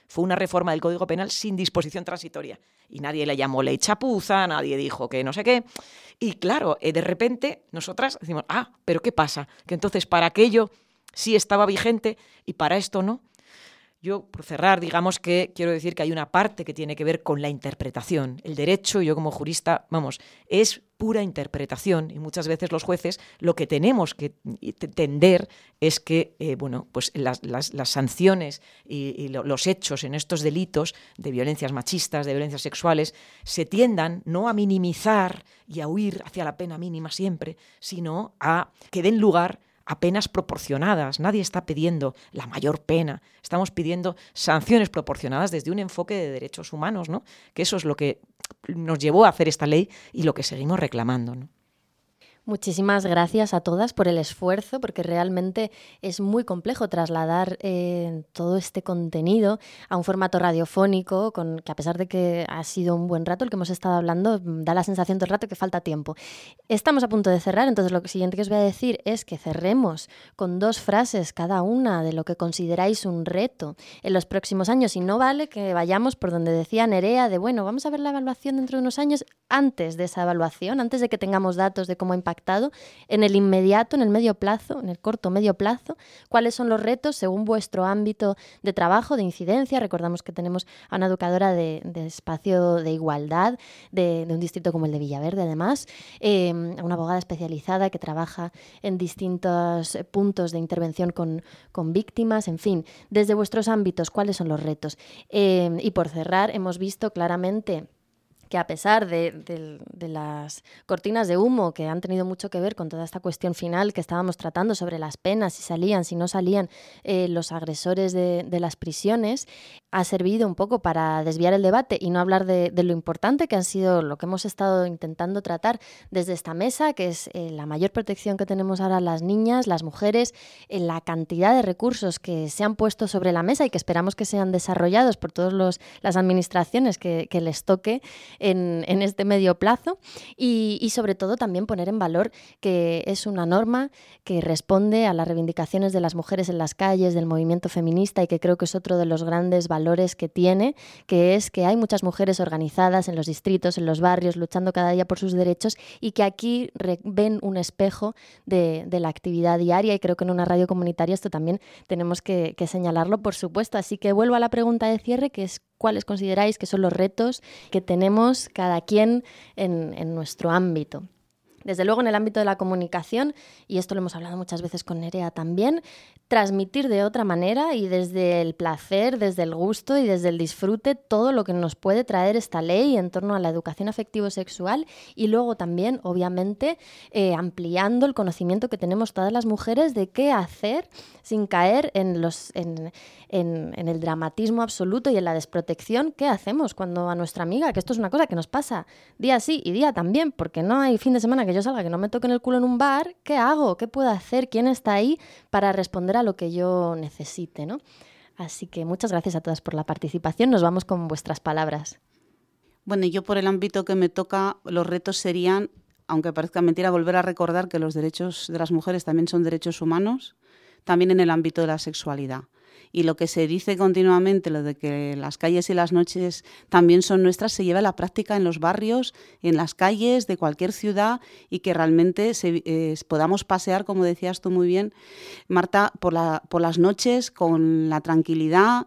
fue una reforma del Código Penal sin disposición transitoria. Y nadie le llamó ley chapuza, nadie dijo que no sé qué. Y claro, eh, de repente nosotras decimos, ah, ¿pero qué pasa? Que entonces para aquello sí estaba vigente y para esto no. Yo, por cerrar, digamos que quiero decir que hay una parte que tiene que ver con la interpretación. El derecho, yo como jurista, vamos, es pura interpretación y muchas veces los jueces lo que tenemos que tender es que, eh, bueno, pues las, las, las sanciones y, y lo, los hechos en estos delitos de violencias machistas, de violencias sexuales, se tiendan no a minimizar y a huir hacia la pena mínima siempre, sino a que den lugar a penas proporcionadas. Nadie está pidiendo la mayor pena. Estamos pidiendo sanciones proporcionadas desde un enfoque de derechos humanos, ¿no? Que eso es lo que nos llevó a hacer esta ley y lo que seguimos reclamando, ¿no? Muchísimas gracias a todas por el esfuerzo, porque realmente es muy complejo trasladar eh, todo este contenido a un formato radiofónico, con, que a pesar de que ha sido un buen rato el que hemos estado hablando, da la sensación todo el rato que falta tiempo. Estamos a punto de cerrar, entonces lo siguiente que os voy a decir es que cerremos con dos frases cada una de lo que consideráis un reto en los próximos años, y no vale que vayamos por donde decía Nerea de, bueno, vamos a ver la evaluación dentro de unos años. Antes de esa evaluación, antes de que tengamos datos de cómo ha impactado, en el inmediato, en el medio plazo, en el corto medio plazo, cuáles son los retos según vuestro ámbito de trabajo, de incidencia. Recordamos que tenemos a una educadora de, de espacio de igualdad de, de un distrito como el de Villaverde, además, eh, una abogada especializada que trabaja en distintos puntos de intervención con, con víctimas, en fin, desde vuestros ámbitos, cuáles son los retos. Eh, y por cerrar, hemos visto claramente que a pesar de, de, de las cortinas de humo que han tenido mucho que ver con toda esta cuestión final que estábamos tratando sobre las penas, si salían, si no salían eh, los agresores de, de las prisiones, ha servido un poco para desviar el debate y no hablar de, de lo importante que han sido lo que hemos estado intentando tratar desde esta mesa, que es eh, la mayor protección que tenemos ahora las niñas, las mujeres, eh, la cantidad de recursos que se han puesto sobre la mesa y que esperamos que sean desarrollados por todas las administraciones que, que les toque En, en este medio plazo y, y sobre todo también poner en valor que es una norma que responde a las reivindicaciones de las mujeres en las calles, del movimiento feminista, y que creo que es otro de los grandes valores que tiene, que es que hay muchas mujeres organizadas en los distritos, en los barrios, luchando cada día por sus derechos y que aquí re- ven un espejo de, de la actividad diaria, y creo que en una radio comunitaria esto también tenemos que, que señalarlo, por supuesto. Así que vuelvo a la pregunta de cierre, que es ¿cuáles consideráis que son los retos que tenemos cada quien en, en nuestro ámbito? Desde luego en el ámbito de la comunicación, y esto lo hemos hablado muchas veces con Nerea también, transmitir de otra manera y desde el placer, desde el gusto y desde el disfrute todo lo que nos puede traer esta ley en torno a la educación afectivo-sexual, y luego también, obviamente, eh, ampliando el conocimiento que tenemos todas las mujeres de qué hacer sin caer en, los, en, en, en el dramatismo absoluto y en la desprotección. ¿Qué hacemos cuando a nuestra amiga, que esto es una cosa que nos pasa día sí y día también, porque no hay fin de semana que yo salga que no me toquen el culo en un bar? ¿Qué hago? ¿Qué puedo hacer? ¿Quién está ahí para responder a lo que yo necesite, ¿no? Así que muchas gracias a todas por la participación. Nos vamos con vuestras palabras. Bueno, yo por el ámbito que me toca, los retos serían, aunque parezca mentira, volver a recordar que los derechos de las mujeres también son derechos humanos, también en el ámbito de la sexualidad. Y lo que se dice continuamente, lo de que las calles y las noches también son nuestras, se lleva a la práctica en los barrios, en las calles de cualquier ciudad, y que realmente se, eh, podamos pasear, como decías tú muy bien, Marta, por, la, por las noches con la tranquilidad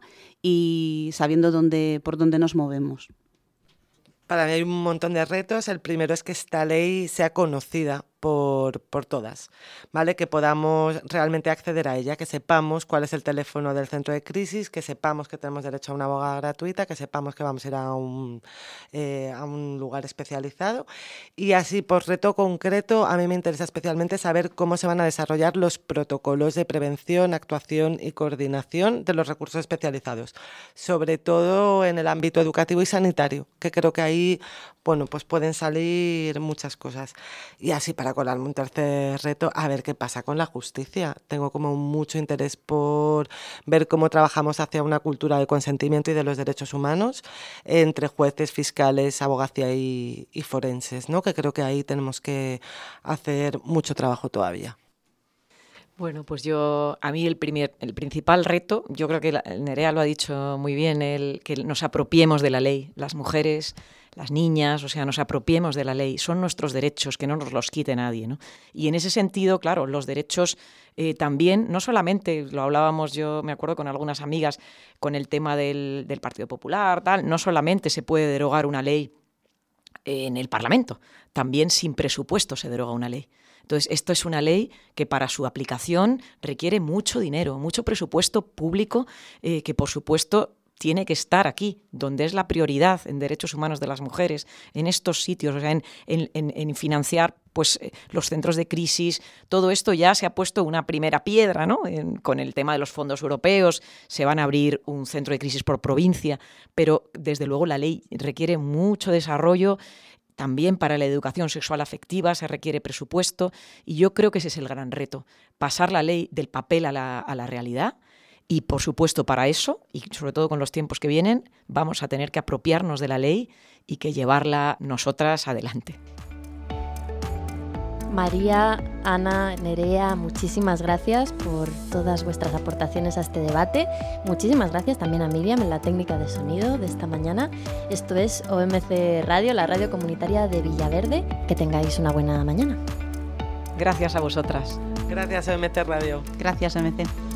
y sabiendo dónde, por dónde nos movemos. Para mí hay un montón de retos. El primero es que esta ley sea conocida por, por todas, ¿vale? Que podamos realmente acceder a ella, que sepamos cuál es el teléfono del centro de crisis, que sepamos que tenemos derecho a una abogada gratuita, que sepamos que vamos a ir a un, eh, a un lugar especializado. Y así, por reto concreto, a mí me interesa especialmente saber cómo se van a desarrollar los protocolos de prevención, actuación y coordinación de los recursos especializados, sobre todo en el ámbito educativo y sanitario, que creo que ahí, bueno, pues pueden salir muchas cosas. Y así, para colarme un tercer reto, a ver qué pasa con la justicia. Tengo como mucho interés por ver cómo trabajamos hacia una cultura de consentimiento y de los derechos humanos entre jueces, fiscales, abogacía y, y forenses, ¿no? Que creo que ahí tenemos que hacer mucho trabajo todavía. Bueno, pues yo, a mí el, primer, el principal reto, yo creo que la, Nerea lo ha dicho muy bien, el que nos apropiemos de la ley, las mujeres, las niñas, o sea, nos apropiemos de la ley, son nuestros derechos, que no nos los quite nadie, ¿no? Y en ese sentido, claro, los derechos eh, también, no solamente, lo hablábamos yo, me acuerdo con algunas amigas, con el tema del, del Partido Popular, tal, no solamente se puede derogar una ley en el Parlamento, también sin presupuesto se deroga una ley. Entonces, esto es una ley que para su aplicación requiere mucho dinero, mucho presupuesto público, eh, que por supuesto tiene que estar aquí, donde es la prioridad en derechos humanos de las mujeres, en estos sitios, o sea, en, en, en financiar pues, eh, los centros de crisis. Todo esto ya se ha puesto una primera piedra, ¿no? En, con el tema de los fondos europeos, se van a abrir un centro de crisis por provincia, pero desde luego la ley requiere mucho desarrollo. También para la educación sexual afectiva se requiere presupuesto y yo creo que ese es el gran reto, pasar la ley del papel a la, a la realidad y, por supuesto, para eso, y sobre todo con los tiempos que vienen, vamos a tener que apropiarnos de la ley y que llevarla nosotras adelante. María, Ana, Nerea, muchísimas gracias por todas vuestras aportaciones a este debate. Muchísimas gracias también a Miriam en la técnica de sonido de esta mañana. Esto es O M C Radio, la radio comunitaria de Villaverde. Que tengáis una buena mañana. Gracias a vosotras. Gracias, O M C Radio. Gracias, O M C.